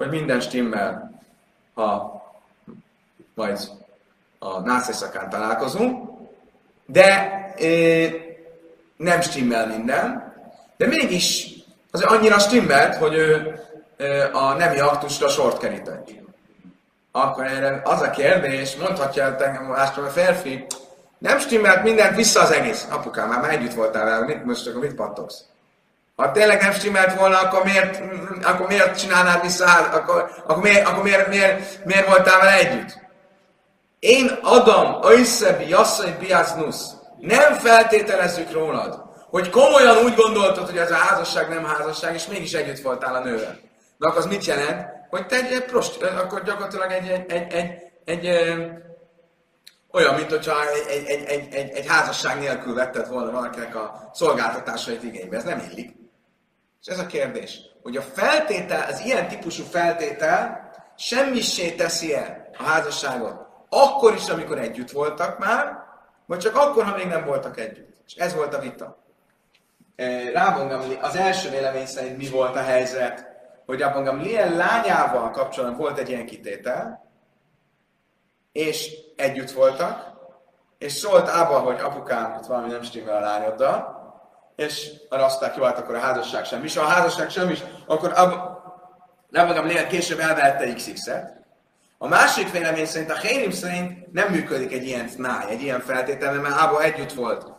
hogy minden stimmel, ha majd a nászészakán találkozunk, de ö, nem stimmel minden, de mégis az annyira stimmelt, hogy ő ö, a nemi aktusra sort kerített. Akkor erre az a kérdés, mondhatja engem a férfi, nem stimmelt mindent, vissza az egész. Apukám, már, már együtt voltál vele, mit, most akkor mit pattogsz? Ha tényleg nem stimmelt volna, akkor miért, akkor miért csinálnád vissza, akkor, akkor, miért, akkor miért, miért, miért voltál vele együtt? Én Adam, Aiszebi, Jasszai, Biaznusz, nem feltételezzük rólad, hogy komolyan úgy gondoltad, hogy ez a házasság nem házasság, és mégis együtt voltál a nővel. De akkor az mit jelent? Hogy te egy prost, akkor gyakorlatilag egy, egy, egy, egy, egy, egy olyan, mint hogyha egy, egy, egy, egy, egy házasság nélkül vetted volna valakinek a szolgáltatásait igénybe. Ez nem illik. És ez a kérdés, hogy a feltétel, az ilyen típusú feltétel semmissé teszi el a házasságot. Akkor is, amikor együtt voltak már, vagy csak akkor, ha még nem voltak együtt. És ez volt a vita. Rában Gamliel, az első vélemény szerint mi volt a helyzet, hogy Rában Gamliel lányával kapcsolatban volt egy ilyen kitétel, és együtt voltak, és szólt Ába, hogy apukám, itt valami nem stimmel a lányoddal, és arra azt mondták, jó, hát akkor a házasság sem is. Ha a házasság sem is, akkor Rában Gamliel később elvehette iksz iksz-et. A másik vélemény szerint, a Hérim szerint nem működik egy ilyen tnáj, egy ilyen feltétel, mert Ába együtt volt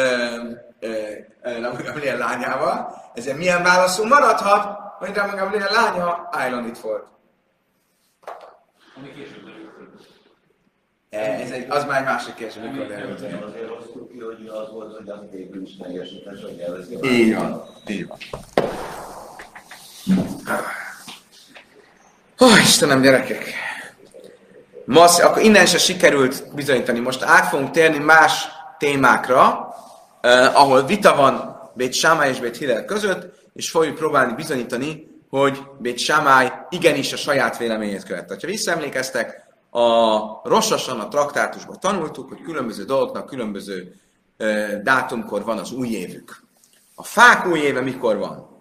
Rában Gamliel lányával. Ezért milyen válaszul maradhat, hogy Rában Gamliel lánya Ájlandit volt. Ami később derült. Ez egy, az már egy másik kérdés, mikor derült. Azért hoztuk ki, hogy az volt, hogy az végül is megesített, hogy elveszi. Így van, így van. Ó, Istenem, gyerekek! Ma, akkor innen se sikerült bizonyítani. Most át fogunk térni más témákra, eh, ahol vita van Bét Sámály és Bét Hillel között, és fogjuk próbálni bizonyítani, hogy Bét Sámály igenis a saját véleményét követte. Ha visszaemlékeztek, a Rosasan, a traktátusban tanultuk, hogy különböző dolgoknak különböző eh, dátumkor van az új évük. A fák új éve mikor van?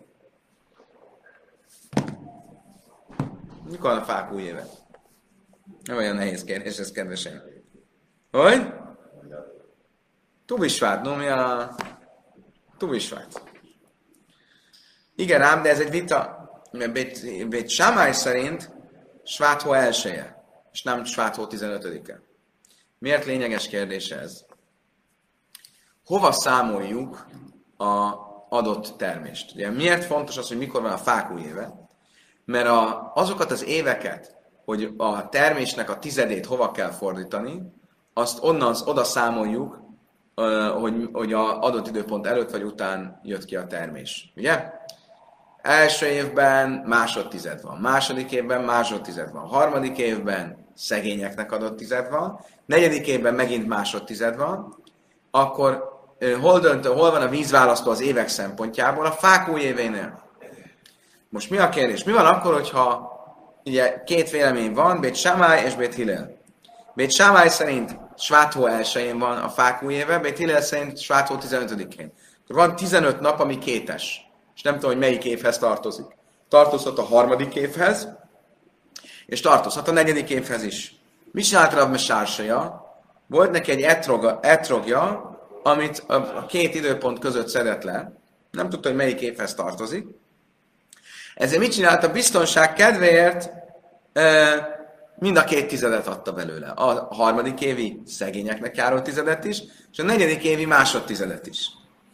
Mikor van a fák új éve? Nem olyan nehéz kérdés, ez kedveseim. Hogy? Tuvisvát, no mi a... Tuvisvát. Igen ám, de ez egy vita. Bét, Bét Sámály szerint Sváthó elsője, és nem Sváthó tizenötödike. Miért lényeges kérdés ez? Hova számoljuk a adott termést? Ugye, miért fontos az, hogy mikor van a fák új éve? Mert a, azokat az éveket, hogy a termésnek a tizedét hova kell fordítani, azt onnan oda számoljuk, hogy, hogy a adott időpont előtt vagy után jött ki a termés. Ugye? Első évben másodtized van, második évben másodtized van, harmadik évben szegényeknek adott tized van, negyedik évben megint másodtized van, akkor hol döntő, hol van a vízválasztó az évek szempontjából? A fák új événél. Most mi a kérdés? Mi van akkor, hogyha ugye két vélemény van, Bét Sámály és Bét Hillel. Bét Sámály szerint Sváthó elsőjén van a fák új éve, Bét Hillel szerint Sváthó tizenötödikén. Akkor van tizenöt nap, ami kétes. És nem tudom, hogy melyik évhez tartozik. Tartozhat a harmadik évhez, és tartozhat a negyedik évhez is. Mi csinált Rav Mesársaja? Volt neki egy etroga, etrogja, amit a két időpont között szedett le. Nem tudta, hogy melyik évhez tartozik. Ezért mit csinált? A biztonság kedvéért mind a két tizedet adta belőle. A harmadik évi szegényeknek járó tizedet is, és a negyedik évi másodtizedet is.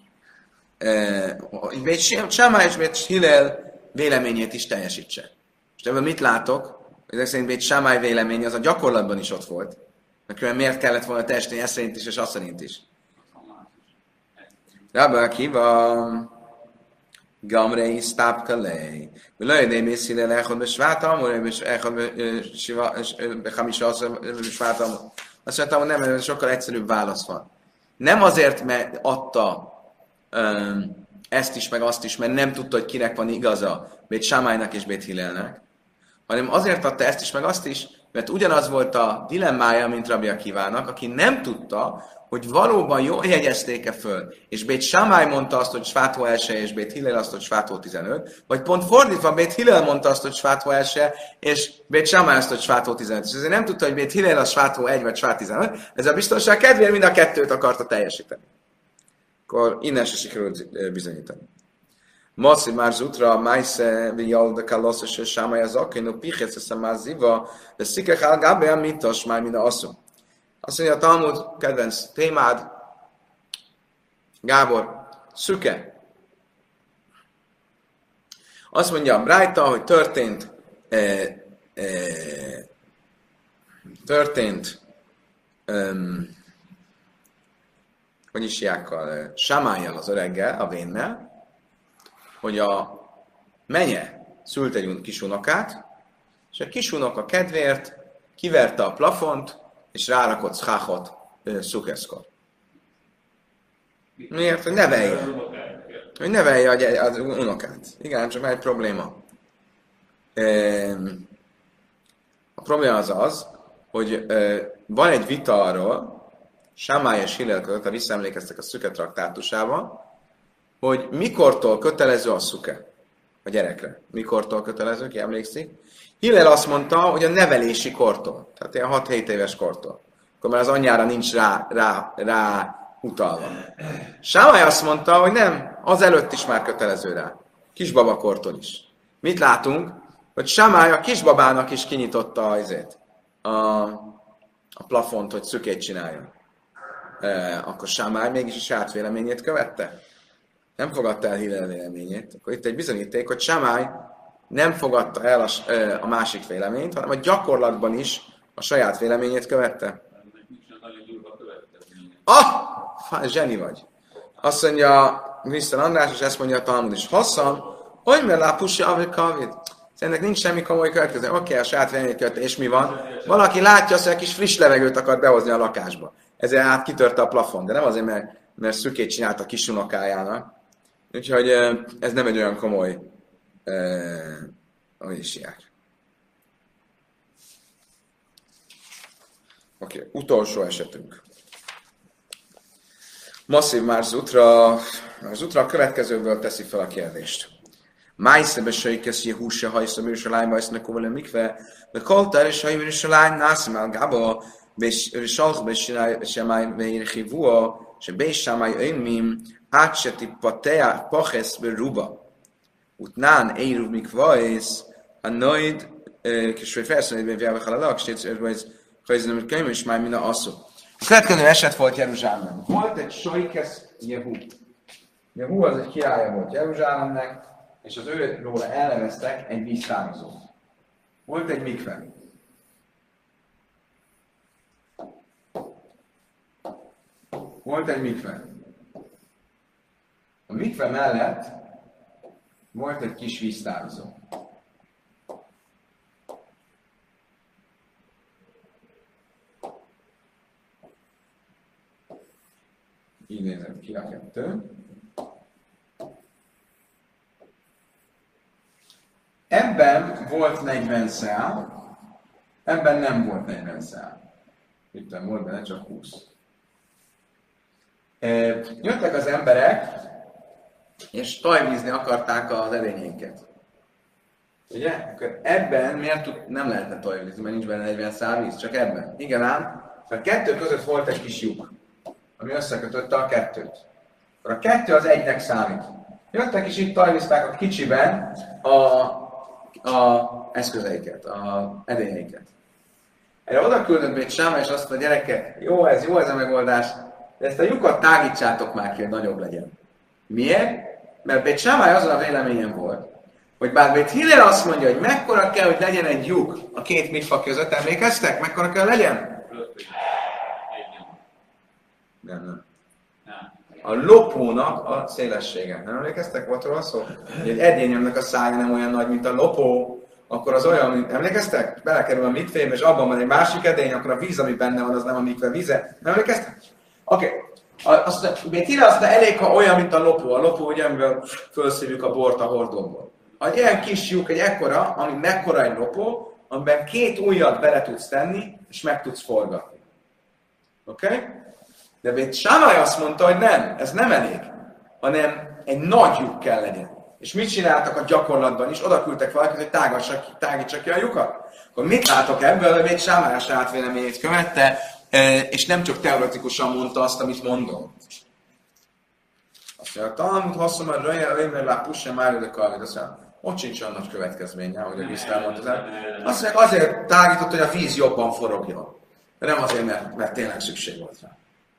Bét Sámály és Bét Hillel véleményét is teljesítse. És ebből mit látok? Ezek szerint Bét Sámály véleménye az a gyakorlatban is ott volt. Mert miért kellett volna teljesíteni ezt szerint is, és azt szerint is? Rabbi Akiva Gamrei Stapkalei. ולא ידי בית הלל אחד בשבט עמור, אחד בחמישה עשר בשבט עמור. Azt mondtam, hogy nem, ez sokkal egyszerűbb válasz van. Nem azért, mert adta um, ezt is, meg azt is, mert nem tudta, hogy kinek van igaza, Bét Sámálynak és Bét Hillelnek, hanem azért adta ezt is, meg azt is, mert ugyanaz volt a dilemmája, mint Rabbi Akivának, aki nem tudta, hogy valóban jól jegyezték-e föl, és Bét Sámály mondta azt, hogy Svátó első, és Bét Hillel azt, hogy Svátó tizenöt, vagy pont fordítva, Bét Hillel mondta azt, hogy Svátó első, és Bét Sámály azt, hogy Svátó tizenöt. És ezért nem tudta, hogy Bét Hillel az Svátó egy, vagy Svátó tizenöt, ez a biztonság kedvéért mind a kettőt akarta teljesíteni. Akkor innen se sikerült bizonyítani. Maszi már zutra, májsze, vijalda kaloszos, és Sámály az akénó, pichec, ez a már ziva, de szikek álgábben, mintas, már mind a asszony. Azt mondja a Talmud, kedvenc témád, Gábor, szüke. Azt mondja a Brájta, hogy történt, eh, eh, történt, um, hogy is jákkal, Sámályjal az öreggel, a vénnel, hogy a menye szült egy kis unokát, és a kis unoka kedvéért kiverte a plafont, és rárakott szcháchot szukeszkor. Miért? Hogy nevelje. Hogy nevelje az unokát. Igen, csak már egy probléma. A probléma az az, hogy van egy vita arról, Sámály és Hillel között, ha visszaemlékeztek a szüke traktátusában, hogy mikortól kötelező a szuke a gyerekre. Mikortól kötelező, ki emlékszik? Hillel azt mondta, hogy a nevelési kortól, tehát ilyen hat-hét éves kortól. Akkor már az anyjára nincs rá, rá, rá utalva. Sámály azt mondta, hogy nem, az előtt is már kötelező rá. Kisbabakortól is. Mit látunk? Hogy Sámály a kisbabának is kinyitotta azért a, a plafont, hogy szükét csináljon. E, akkor Sámály mégis a saját véleményét követte. Nem fogadta el Hillel véleményét. Akkor itt egy bizonyíték, hogy Sámály nem fogadta el a, a másik véleményt, hanem a gyakorlatban is a saját véleményét követte. Ah! Zseni vagy. Azt mondja Krisztán András, és ezt mondja a Talmud is. Hasszan, hogy mert lápusja a kavét? Szerintem nincs semmi komoly következő. Oké, okay, a saját véleményét követte, és mi van? Valaki látja azt, hogy egy kis friss levegőt akar behozni a lakásba. Ezért át kitörte a plafon, de nem azért, mert, mert szükét csinált a kis unokájának. Úgyhogy ez nem egy olyan komoly Uh, hogy is jár. Oké, okay, utolsó esetünk. Masszív már Zutra, az Zutra a következőből teszi fel a kérdést. Májsze besöjkesz Jehúse hajsz a Műrsalájba, ezt nekó vele mikve, de koltár és hajj Műrsaláj, nászim el gába, és salch besámáj veirchivua, se bésámáj önmim, átseti patea pachesz beruba. Utnán éruv mikvajsz, a noid, kisvej felszönítben viába halalak, és hajzom, hogy könyv is már mind a asszó. A következő eset volt Jeruzsálemben. Volt egy Sojkesz Jehu. Jehu az egy királya volt Jeruzsálemnek, és az őróla elneveztek egy víztározót. Volt egy mikve. Volt egy mikve. A mikve mellett volt egy kis víztározó. Így nézem ki a kettő. Ebben volt negyven szál, ebben nem volt negyven szál. Itt volt benne csak húsz. Jöttek az emberek, és tajvízni akarták az edényénket. Ugye? Akkor ebben miért tud, nem lehetne tajvízni, mert nincs benne negyven szál víz, csak ebben. Igen ám, a kettő között volt egy kis lyuk, ami összekötötte a kettőt. Akkor a kettő az egynek számít. Jöttek és itt tajvízták a kicsiben a, a eszközeiket, a edényeiket. Erre oda küldött Bét Sámály, és azt mondta, gyerekek, jó ez, jó ez a megoldás, de ezt a lyukat tágítsátok már ki, hogy nagyobb legyen. Miért? Mert Bét Sámály azon a véleményen volt, hogy bár Bét Hillel azt mondja, hogy mekkora kell, hogy legyen egy lyuk a két mikva között, emlékeztek? Mekkora kell legyen? Nem, nem. A lopónak a szélessége. Nem emlékeztek? Volt róla szó? Hogy egy edényemnek a szája nem olyan nagy, mint a lopó, akkor az olyan, mint emlékeztek? Belekerül a mikvébe, és abban van egy másik edény, akkor a víz, ami benne van, az nem a mikve víze. Nem emlékeztek? Oké. Okay. Azt Bét Hillel azt elég, ha olyan, mint a lopó. A lopó, ugye, amivel felszívjuk a bort a hordóból. Ha egy ilyen kis lyuk, egy ekkora, ami mekkora egy lopó, amiben két ujjat bele tudsz tenni, és meg tudsz forgatni. Oké? Okay? De Bét Sámai azt mondta, hogy nem, ez nem elég, hanem egy nagy lyuk kell legyen. És mit csináltak a gyakorlatban is? Oda küldtek valakit, hogy tágassak, tágítsa ki a lyukat. Akkor mit látok ebből, hogy Bét Sámai a saját véleményét követte, és nem csak teoretikusan mondta azt, amit mondom. Azt mondja, talán hosszú, mert röjjel, rá pusse már ide kalvid, azt mondja, ott sincs olyan nagy következménye, ahogy a Gisztál mondta. Azt mondja, azért tágított, hogy a víz jobban forogjon. De nem azért, mert, mert tényleg szükség volt rá.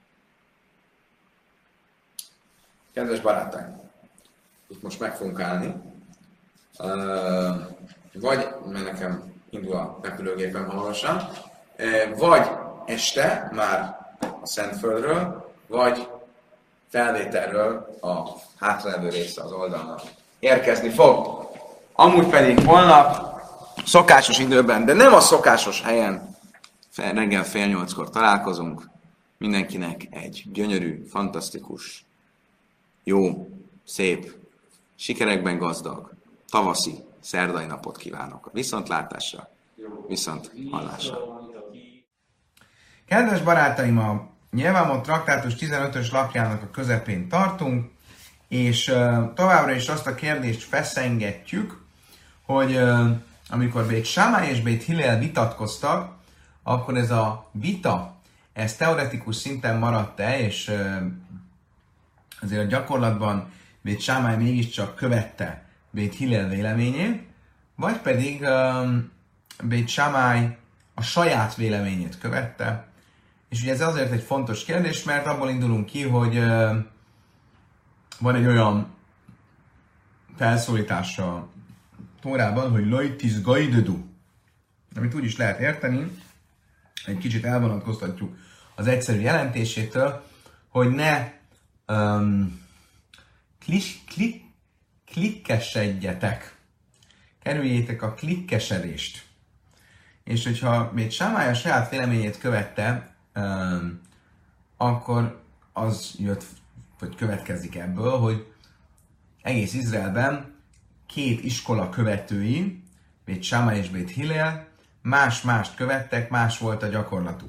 Kedves barátaim, itt most meg fogunk állni. Uh, vagy, mert nekem indul a repülőgépem hamarosan, uh, vagy este már a Szentföldről, vagy felvételről a hátralevő része az oldalnak érkezni fog. Amúgy pedig holnap szokásos időben, de nem a szokásos helyen, reggel fél nyolckor találkozunk. Mindenkinek egy gyönyörű, fantasztikus, jó, szép, sikerekben gazdag, tavaszi, szerdai napot kívánok. Viszontlátásra, viszont hallásra. Kedves barátaim, a Nyilvánvaló traktátus tizenötös lapjának a közepén tartunk, és uh, továbbra is azt a kérdést feszengetjük, hogy uh, amikor Bét Sámai és Bét Hillel vitatkoztak, akkor ez a vita, ez teoretikus szinten maradt-e, és uh, azért a gyakorlatban Bét Sámai mégiscsak követte Bét Hillel véleményét, vagy pedig uh, Bét Sámai a saját véleményét követte. És ugye ez azért egy fontos kérdés, mert abból indulunk ki, hogy uh, van egy olyan felszólítás a Tórában, hogy lojtis gaidedu, amit úgy is lehet érteni, egy kicsit elvonatkoztatjuk az egyszerű jelentésétől, hogy ne um, klis, klik, klikkesedjetek, kerüljétek a klikkesedést. És hogyha még Sámai a saját véleményét követte, Um, akkor az jött, vagy következik ebből, hogy egész Izraelben két iskola követői, Bét Sámai és Bét Hillel, más-mást követtek, más volt a gyakorlatuk.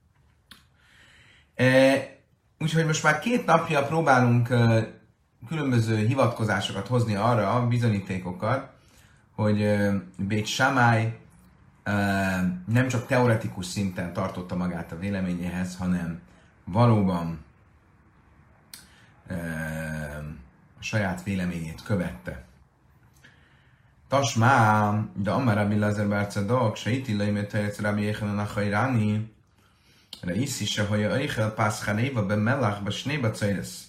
E, úgyhogy most már két napja próbálunk uh, különböző hivatkozásokat hozni arra, bizonyítékokat, hogy uh, Bét Sámai Uh, nem csak teoretikus szinten tartotta magát a véleményéhez, hanem valóban uh, a saját véleményét követte. Tasmá, de Amar Rabbi Lazar bar Tzadok, se iti leimet teretz Rabbi Yechanan achairani, reiszi se haja eichel pászchanéva be melach be snéba cajresz.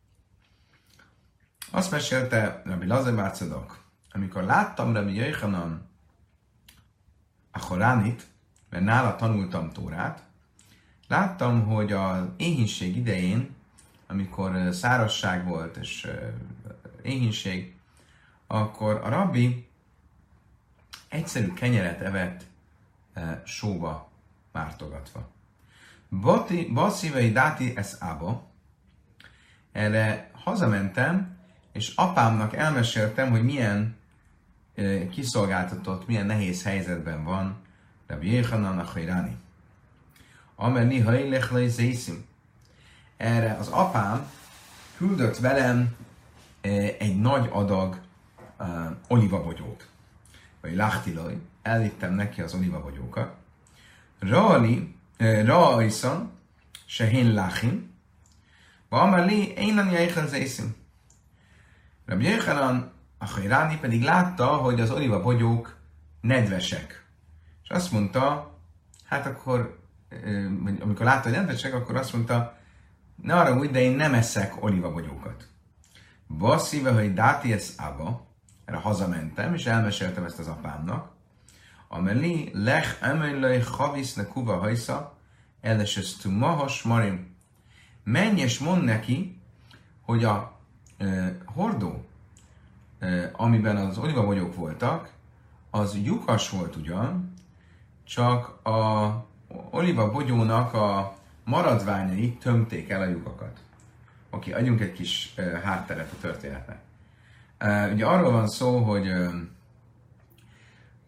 Azt mesélte Rabbi Lazar bar Tzadok, amikor láttam Rabbi Yechanan a Horánit, mert nála tanultam Tórát, láttam, hogy az éhínség idején, amikor szárazság volt és éhínség, akkor a rabbi egyszerű kenyeret evett sóba mártogatva. Basszívei dáti ez ába. Erre hazamentem, és apámnak elmeséltem, hogy milyen kiszolgáltatott, milyen nehéz helyzetben van Rabbi Yechanan achairani. Amer niha élech lej zészim. Erre az apám küldött velem egy nagy adag uh, olivabogyót. Vagy lachtiloj, elvittem neki az olivabogyókat. Raali, raaiszan, sehén lachim, va amer li, énan jaichen zészim. Rabbi Yechanan a Hajráni pedig látta, hogy az olivabogyók nedvesek. És azt mondta, hát akkor, amikor látta, hogy nedvesek, akkor azt mondta, ne arra úgy, de én nem eszek olivabogyókat. Basszíve, hogy dáti ez ába, erre hazamentem, és elmeséltem ezt az apámnak. Ameli lech emelej haviszne kuva hajsza, elesesz tu mahas marim. Menj és mondd neki, hogy a e, hordó, amiben az olivabogyók voltak, az lyukas volt ugyan, csak a olivabogyónak a maradványai tömték el a lyukakat. Oké, adjunk egy kis uh, hátteret a történetnek. Uh, ugye arról van szó, hogy uh,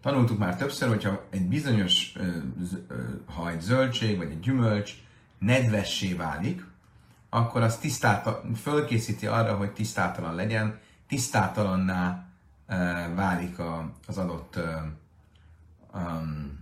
tanultuk már többször, hogyha egy bizonyos ö, z, ö, ha egy zöldség vagy egy gyümölcs nedvessé válik, akkor az tisztátalan, fölkészíti arra, hogy tisztátalan legyen, tisztátalanná ö, válik a, az adott ö, um,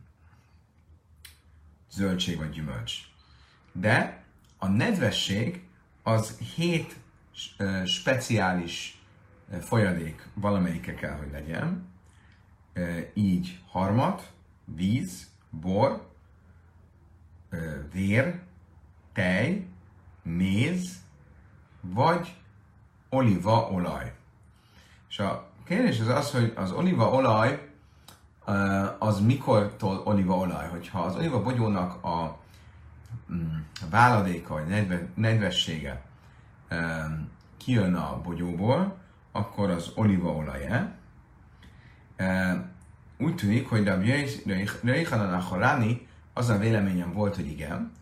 zöldség vagy gyümölcs. De a nedvesség az hét ö, speciális ö, folyadék valamelyike kell, hogy legyen. Ö, így harmat, víz, bor, ö, vér, tej, méz, vagy olívaolaj. És a kérdés az az, hogy az olívaolaj az mikortól olívaolaj? Hogyha az olívabogyónak a váladéka, vagy nedve, nedvessége kijön a bogyóból, akkor az olívaolaj-e. Úgy tűnik, hogy a Reichanan Acharáni az a véleményem volt, hogy igen.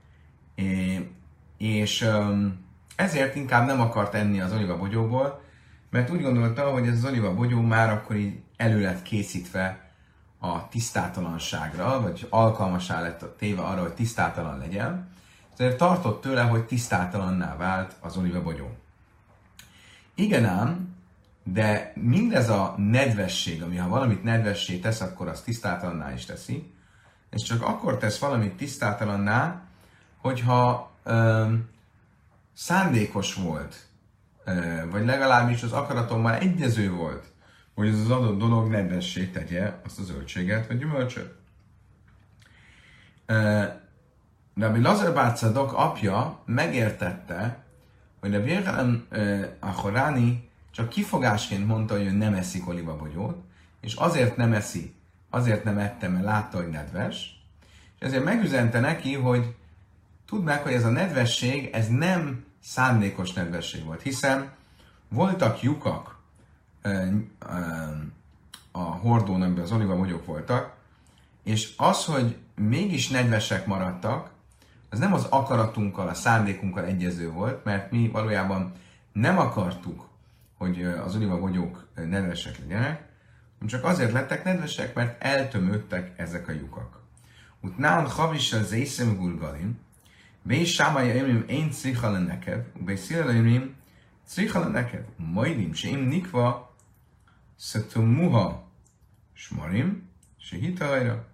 És ezért inkább nem akart enni az olívabogyóból, mert úgy gondolta, hogy ez az olívabogyó már akkor így elő lett készítve a tisztátalanságra, vagy alkalmassá lett téve arra, hogy tisztátalan legyen. Ezért tartott tőle, hogy tisztátalanná vált az olívabogyó. Igen ám, de mindez a nedvesség, ami ha valamit nedvessé tesz, akkor az tisztátalanná is teszi, és csak akkor tesz valamit tisztátalanná, hogyha ö, szándékos volt, ö, vagy legalábbis az akaratommal egyező volt, hogy ez az adott dolog nedvessé tegye azt a zöldséget, vagy gyümölcsöt. Rabbi Lazar bar Tzadok apja megértette, hogy Rabbi Yochanan Acharáni csak kifogásként mondta, hogy ő nem eszik olívabogyót, és azért nem eszi, azért nem ette, mert látta, hogy nedves, és ezért megüzente neki, hogy tudd meg, hogy ez a nedvesség, ez nem szándékos nedvesség volt, hiszen voltak lyukak a hordón, amiben az olívabogyók voltak, és az, hogy mégis nedvesek maradtak, az nem az akaratunkkal, a szándékunkkal egyező volt, mert mi valójában nem akartuk, hogy az olívabogyók nedvesek legyenek, csak azért lettek nedvesek, mert eltömődtek ezek a lyukak. Utnán havissal zészem gulgalim, bej sámája ömrim én cicha le neked, bej szíle ömrim cicha le neked, majdim, se im nikva, Szatumuha smarim, se hitajra.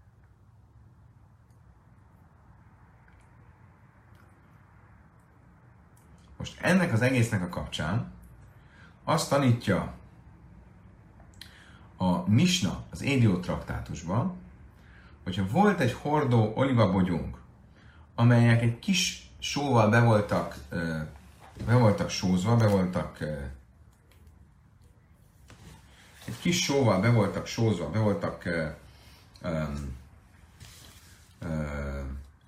Most ennek az egésznek a kapcsán azt tanítja a Misna az Édió traktátusban, hogyha volt egy hordó olivabogyónk, amelyek egy kis sóval be voltak, be voltak sózva, be voltak egy kis sóval be voltak sózva, be voltak uh, um, uh,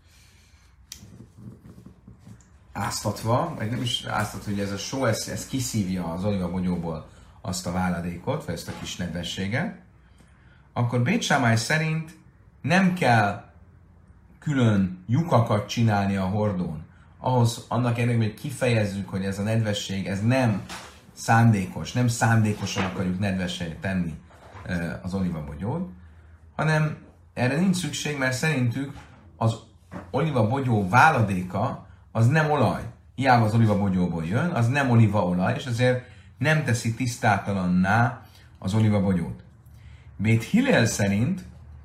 áztatva, vagy nem is áztatva, hogy ez a só, ez, ez kiszívja az olivabogyóból azt a váladékot, vagy ezt a kis nedvességet, akkor Bét Sámály szerint nem kell külön lyukakat csinálni a hordón, ahhoz annak érdekében, hogy kifejezzük, hogy ez a nedvesség, ez nem szándékos, nem szándékosan akarjuk nedvessé tenni az olivabogyót, hanem erre nincs szükség, mert szerintük az olivabogyó váladéka az nem olaj. Hiába az olivabogyóból jön, az nem olívaolaj, és azért nem teszi tisztátalanná az olivabogyót. Bét Hillel szerint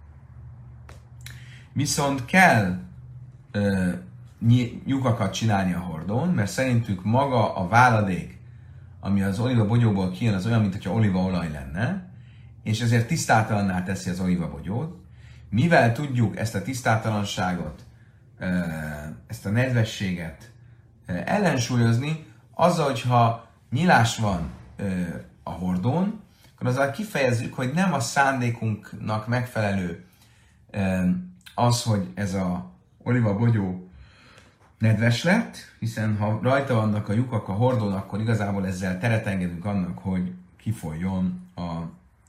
viszont kell ö, lyukakat csinálni a hordón, mert szerintük maga a váladék, ami az olívabogyóból kijön, az olyan, mintha olívaolaj lenne, és ezért tisztátalanná teszi az olívabogyót. Mivel tudjuk ezt a tisztátalanságot, ezt a nedvességet ellensúlyozni, azzal, hogyha nyílás van a hordón, akkor azzal kifejezzük, hogy nem a szándékunknak megfelelő az, hogy ez a olivabogyó nedves lett, hiszen ha rajta vannak a lyukak a hordón, akkor igazából ezzel teret engedünk annak, hogy kifolyjon a, a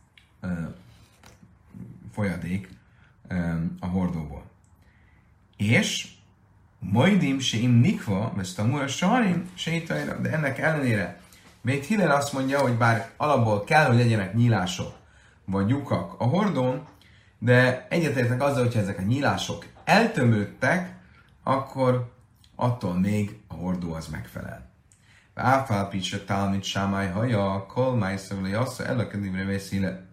folyadék a hordóból. És majdim se im nikva, ezt a múra sarim se itajra, de ennek ellenére Bét Hillel azt mondja, hogy bár alapból kell, hogy legyenek nyílások vagy lyukak a hordón, de egyetértek azzal, hogyha ezek a nyílások eltömődtek, akkor attól még a hordó az megfelel. Áfál picsa talmid sámály haja, kol májszavli assza, elakedivre vészile.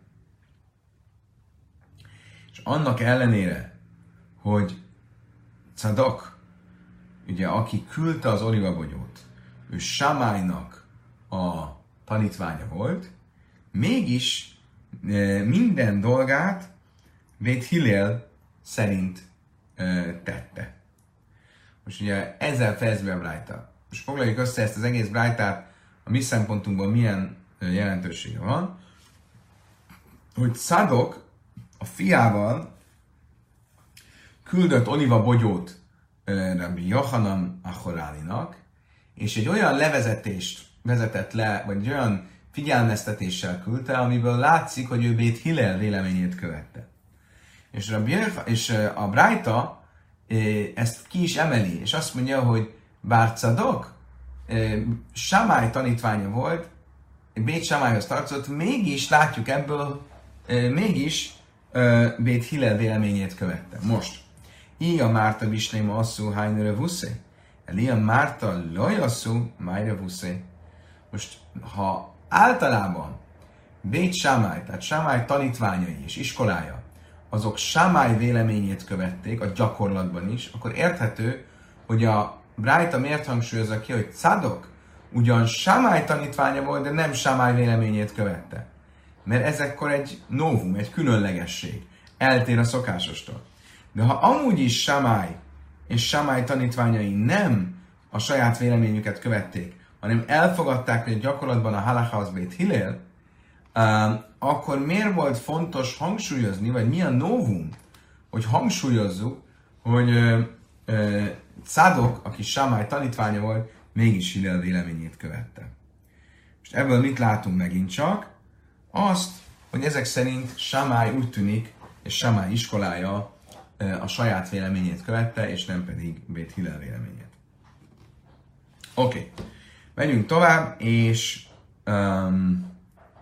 És annak ellenére, hogy Cadok, ugye, aki küldte az olivabogyót, ő Sámálynak a tanítványa volt, mégis e, minden dolgát Bét Hillel szerint e, tette. Most ugye ezzel fejezve be a brájta. Most foglaljuk össze ezt az egész brájtát, a mi szempontunkban milyen e, jelentősége van, hogy Cadok a fiával küldött olivabogyót Rabbi Yochanan Achorálinak, és egy olyan levezetést vezetett le, vagy egy olyan figyelmeztetéssel küldte, amiből látszik, hogy ő Bét Hillel véleményét követte. És, Rabbi, és a Brájta ezt ki is emeli, és azt mondja, hogy bár Cadok Sámály tanítványa volt, Bét Sámályhoz tartozott, mégis látjuk ebből, mégis Bét Hillel véleményét követte. Most, Ia Márta Visnéma asszú hányröv huszé. Elia Márta lajasszú májröv huszé. Most, ha általában Bét Sámály, tehát Sámály tanítványai és iskolája, azok Sámály véleményét követték a gyakorlatban is, akkor érthető, hogy a Brájta miért hangsúlyozza ki, hogy Cadok ugyan Sámály tanítványa volt, de nem Sámály véleményét követte. Mert ez ekkor egy novum, egy különlegesség. Eltér a szokásostól. De ha amúgy is Sámály és Sámály tanítványai nem a saját véleményüket követték, hanem elfogadták, hogy gyakorlatban a halacha az Bét Hillel, uh, akkor miért volt fontos hangsúlyozni, vagy mi a novum, hogy hangsúlyozzuk, hogy uh, uh, Cadok, aki Sámály tanítványa volt, mégis Hillel véleményét követte. Most ebből mit látunk megint csak? Azt, hogy ezek szerint Sámály úgy tűnik, és Sámály iskolája a saját véleményét követte, és nem pedig Bét Hillel véleményét. Oké, okay. Megyünk tovább, és um,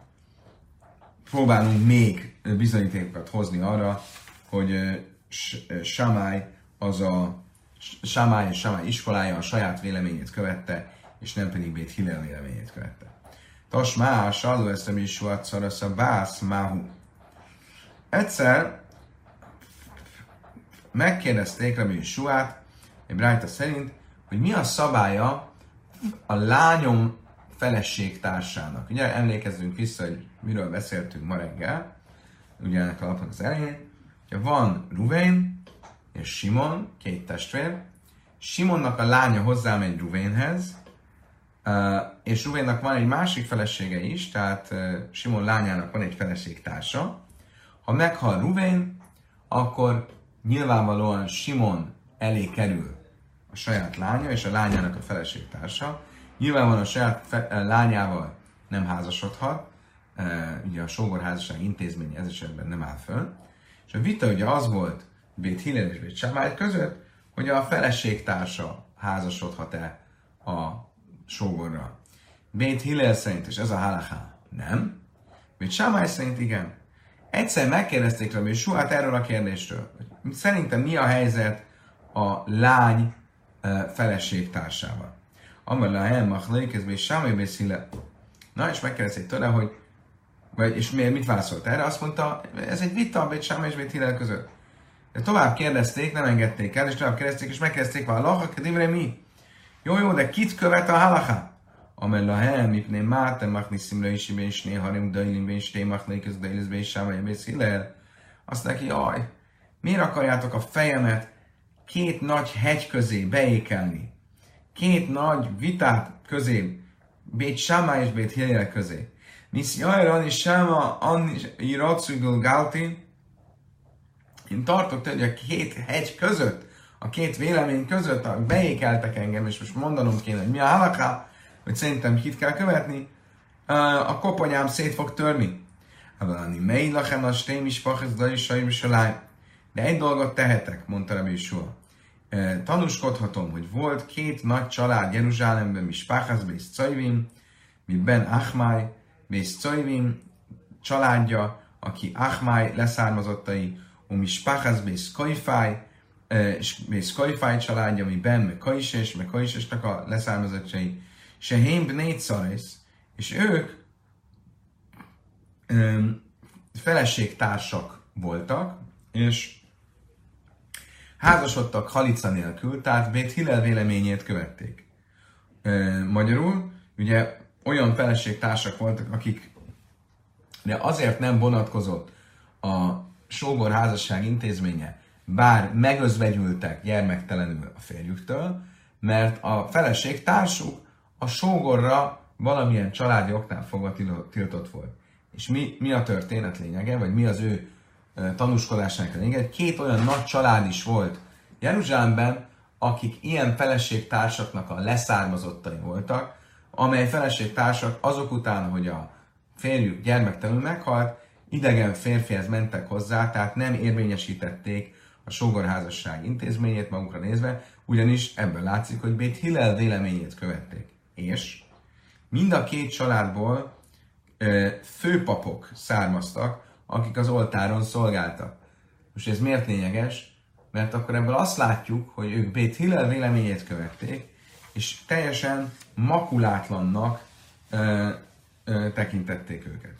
próbálunk még bizonyítékokat hozni arra, hogy uh, Sámály az a Sámály és Sámály iskolája a saját véleményét követte, és nem pedig Bét Hillel véleményét követte. Tasmá, Sallu eszem is volt szarasza bász máhu. Egyszer megkérdezték Rabbi Yeshuát, egy brájta szerint, hogy mi a szabálya a lányom feleségtársának. Ugye emlékezzünk vissza, hogy miről beszéltünk ma reggel, ugye ennek a lapnak az elején, hogy van Ruvén és Simon, két testvér. Simonnak a lánya hozzámegy Ruvénhez, és Ruvénnak van egy másik felesége is, tehát Simon lányának van egy feleségtársa. Ha meghal Ruvén, akkor nyilvánvalóan Simon elé kerül a saját lánya és a lányának a feleségtársa. Nyilvánvalóan a saját fe- lányával nem házasodhat, ugye a sógorházasság intézménye ez esetben nem áll föl. És a vita ugye az volt Bét Hillel és Bét Sámály között, hogy a feleségtársa házasodhat-e a sógorra. Bét Hillel szerint, és ez a halacha, nem. Bét Sámály szerint igen. Egyszer megkérdezték Rabbi Yeshuát erről a kérdésről, hogy szerintem mi a helyzet a lány uh, feleségtársával. Amelá el machlaikezbe Bét Sámály Bét Hillel. Na, és megkérdezték tőle, hogy vagy, és miért mit válaszolt erre? Azt mondta, ez egy vita Bét Sámály és Bét Hillel között. De tovább kérdezték, nem engedték el, és tovább kérdezték, és megkérdezték, hogy a halacha kedivre mi? Jó, jó, de kit követ a halacha? Amella hem, mipné mátem, machniszimra is, és néha rim dailim, és témachnék, ez dailizbe is Sámály Bét Hillel. Azt neki, jaj, miért akarjátok a fejemet két nagy hegy közé beékelni? Két nagy vitát közé, Bét Sámály és Bét Hillel közé. Nisz jajra, és Sáma, anni iracugul gálti. Én tartok hogy a két hegy között, a két vélemény között beékeltek engem, és most mondanom kéne, hogy mi a halaká, hogy szerintem hit kell követni, a koponyám szét fog törni. De egy dolgot tehetek, mondta Rabbi Yeshua. Tanúskodhatom, hogy volt két nagy család Jeruzsálemben, Mispachas Bész Cajvim, mi Ben Achmai, Bész Cajvim családja, aki Achmáj leszármazottai, umi Spachaz bész Kajfáj, bész Kajfáj családja, ami Ben, meg Kajses, meg Kajsesnek a leszármazottjai, se Hém Bnei Cajsz, és ők öm, feleségtársak voltak, és házasodtak halica nélkül, tehát Bét Hillel véleményét követték. E, magyarul, ugye olyan feleségtársak voltak, akik de azért nem vonatkozott a sógor házasság intézménye, bár megözvegyültek gyermektelenül a férjüktől, mert a feleségtársuk a sógorra valamilyen családi oknál fogva tiltott volt. És mi, mi a történet lényege, vagy mi az ő tanúskodásának a lényege? Két olyan nagy család is volt Jeruzsálemben, akik ilyen feleségtársaknak a leszármazottai voltak, amely feleségtársak azok után, hogy a férjük gyermektelenül meghalt, idegen férfihez mentek hozzá, tehát nem érvényesítették a sógorházasság intézményét magukra nézve, ugyanis ebből látszik, hogy Bét Hillel véleményét követték. És mind a két családból ö, főpapok származtak, akik az oltáron szolgáltak. Most ez miért lényeges? Mert akkor ebből azt látjuk, hogy ők Bét Hillel véleményét követték, és teljesen makulátlannak ö, ö, tekintették őket.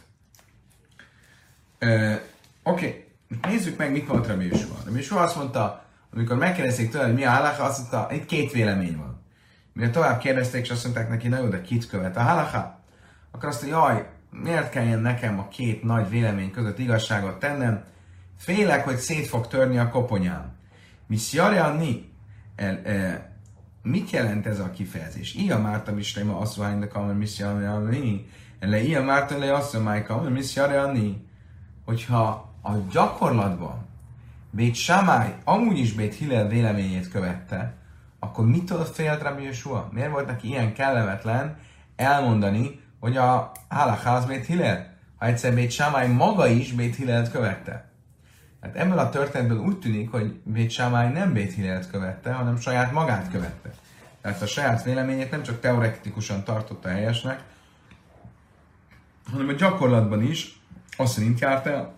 Oké, okay. Nézzük meg, mit mondta Rabbi Yeshua. Rabbi Yeshua azt mondta, amikor megkérdezték tőle, hogy mi a halacha, azt mondta, itt két vélemény van. Mire tovább kérdezték, és azt mondták neki, na jó, de kit követ a halacha? Akkor azt mondja, jaj, miért kelljen nekem a két nagy vélemény között igazságot tennem? Félek, hogy szét fog törni a koponyám. Miszjarjani? E, mit jelent ez a kifejezés? Ilyen mártam is, hogy ma azt mondja, hogy miszjarjani? Ele ilyen mártam, hogy azt mondja, hogy miszjarjani? Hogyha a gyakorlatban Bét Sámály amúgy is Bét Hillel véleményét követte, akkor mitől félt Rabbi Yeshua? Miért volt neki ilyen kellemetlen elmondani, hogy a halacha az Bét Hillel? Ha egyszer Bét Sámály maga is Bét Hillelt követte. Hát ebből a történetből úgy tűnik, hogy Bét Sámály nem Bét Hillelt követte, hanem saját magát követte. Tehát a saját véleményét nem csak teoretikusan tartotta helyesnek, hanem a gyakorlatban is azt szerint járt el.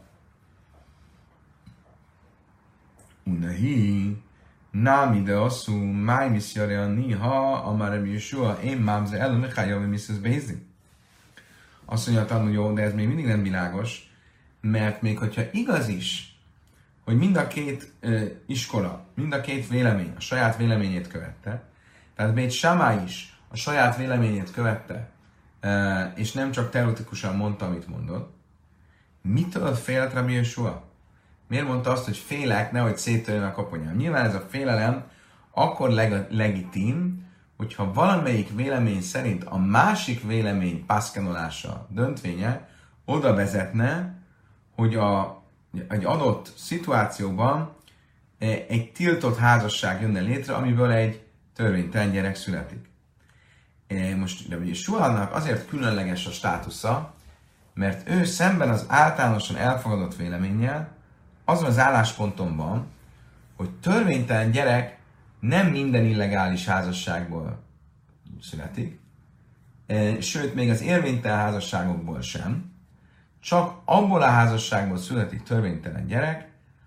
Unahi, nám ide asszú, máj miszjarjani, ha amár Rabbi Yeshua, én mámze elő, nehája, hogy miszesz behézni. Azt mondja a tanul, jó, de ez még mindig nem világos, mert még hogyha igaz is, hogy mind a két ö, iskola, mind a két vélemény a saját véleményét követte, tehát Bét Sámály is a saját véleményét követte, ö, és nem csak teoretikusan mondta, amit mondott, mitől félt Rabbi Yeshua? Miért mondta azt, hogy félek, nehogy széttörjön a koponyám? Nyilván ez a félelem akkor leg- legitim, hogyha valamelyik vélemény szerint a másik vélemény pászkenolása, döntvénye oda vezetne, hogy a, egy adott szituációban egy tiltott házasság jönne létre, amiből egy törvénytelen gyerek születik. Most Rabbi Yeshuának azért különleges a státusza, mert ő szemben az általánosan elfogadott véleménnyel azon az állásponton van, hogy törvénytelen gyerek nem minden illegális házasságból születik, sőt, még az érvénytelen házasságokból sem, csak abból a házasságból születik törvénytelen gyerek,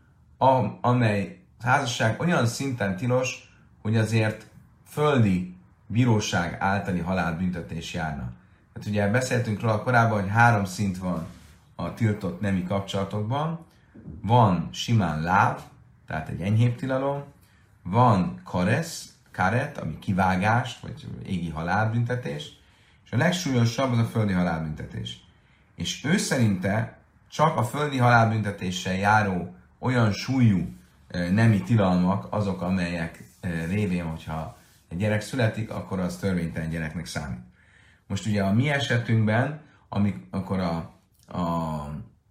amely házasság olyan szinten tilos, hogy azért földi bíróság általi halálbüntetés járna. Hát ugye beszéltünk róla korábban, hogy három szint van a tiltott nemi kapcsolatokban. Van simán láv, tehát egy enyhébb tilalom, van karesz, karet, ami kivágást, vagy égi halálbüntetés, és a legsúlyosabb az a földi halálbüntetés. És ő szerinte csak a földi halálbüntetéssel járó olyan súlyú nemi tilalmak azok, amelyek révén, hogyha egy gyerek születik, akkor az törvénytelen gyereknek számít. Most ugye a mi esetünkben, amikor a, a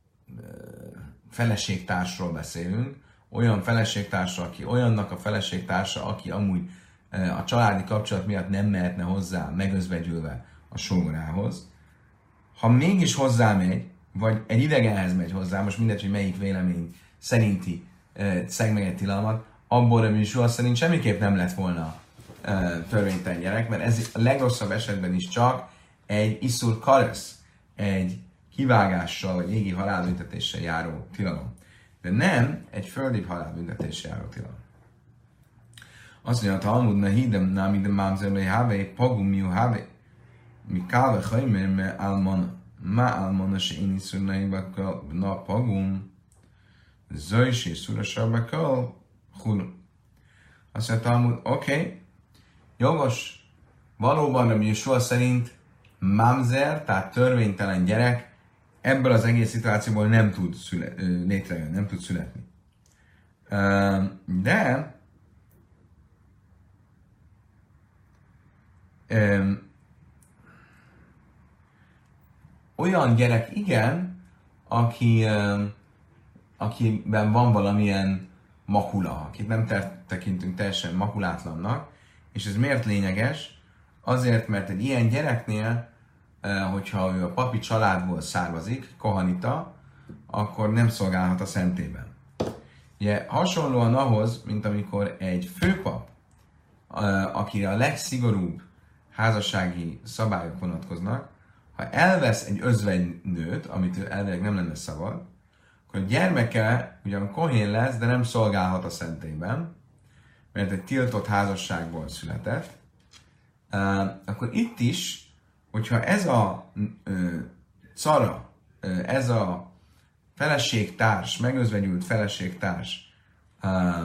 feleségtársról beszélünk, olyan feleségtársa, aki olyannak a feleségtársa, aki amúgy a családi kapcsolat miatt nem mehetne hozzá megözvegyülve a sógorához. Ha mégis hozzámegy, vagy egy idegenhez megy hozzá, most mindegy, hogy melyik vélemény szerinti e, szeg meg egy tilalmat, abból Rabbi Yeshua szerint semmiképp nem lett volna e, törvénytelen gyerek, mert ez a legrosszabb esetben is csak egy iszur karesz, egy kivágással vagy égi halálbüntetéssel járó tilalom. De nem egy földi halálbüntetéssel járó tilalom. Azt mondja, a Talmud, na hidem, nem idem mámzerlé hávé, pagum miu hávé, mi káve hajmér, me álmon, má álmon, se én is szurnai na pagum, zöjs és szurasabba kell, hul. Azt mondja, Talmud, oké, okay, jogos, valóban Rabbi Jesua szerint mamzer, tehát törvénytelen gyerek, ebből az egész szituációból nem tud szüle, létrejönni, nem tud születni. De olyan gyerek igen, aki, akiben van valamilyen makula, akit nem tekintünk teljesen makulátlannak, és ez miért lényeges? Azért, mert egy ilyen gyereknél, hogyha ő a papi családból származik, kohanita, akkor nem szolgálhat a szentében. Ugye hasonlóan ahhoz, mint amikor egy főpap, akire a legszigorúbb házassági szabályok vonatkoznak, ha elvesz egy özvegynőt, amit ő elvileg nem lenne szabad, akkor a gyermeke ugyan kohén lesz, de nem szolgálhat a szentében, mert egy tiltott házasságból született, uh, akkor itt is, hogyha ez a uh, cara, uh, ez a feleségtárs, megözvegyült feleségtárs uh,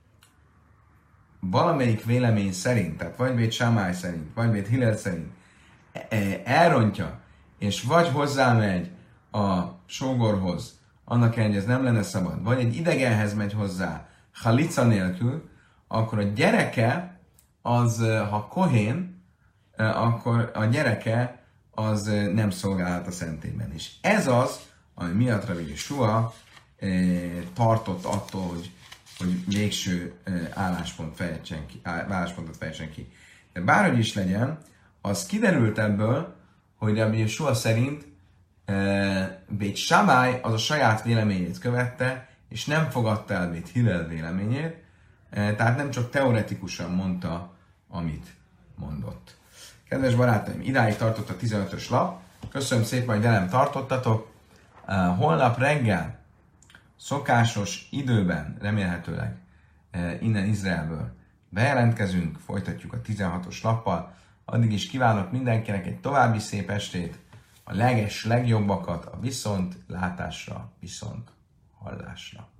valamelyik vélemény szerint, tehát vagy Bét Sámály szerint, vagy Bét Hillel szerint elrontja, és vagy hozzámegy a sógorhoz, annak ellenére, ez nem lenne szabad, vagy egy idegenhez megy hozzá, halica nélkül, akkor a gyereke, az, ha kohén, akkor a gyereke az nem szolgálhat a szentében. És ez az, ami miatt Rabbi Jesua tartott attól, hogy, hogy végső álláspont fejtsen ki, álláspontot fejtsen ki. De bárhogy is legyen, az kiderült ebből, hogy Rabbi Jesua szerint Bét Sámály az a saját véleményét követte, és nem fogadta el Bét Hillel véleményét, tehát nem csak teoretikusan mondta, amit mondott. Kedves barátaim, idáig tartott a tizenötös lap. Köszönöm szépen, hogy velem tartottatok. Holnap reggel, szokásos időben, remélhetőleg innen Izraelből bejelentkezünk, folytatjuk a tizenhatos lappal. Addig is kívánok mindenkinek egy további szép estét, a leges, legjobbakat a viszont látásra, viszont hallásra.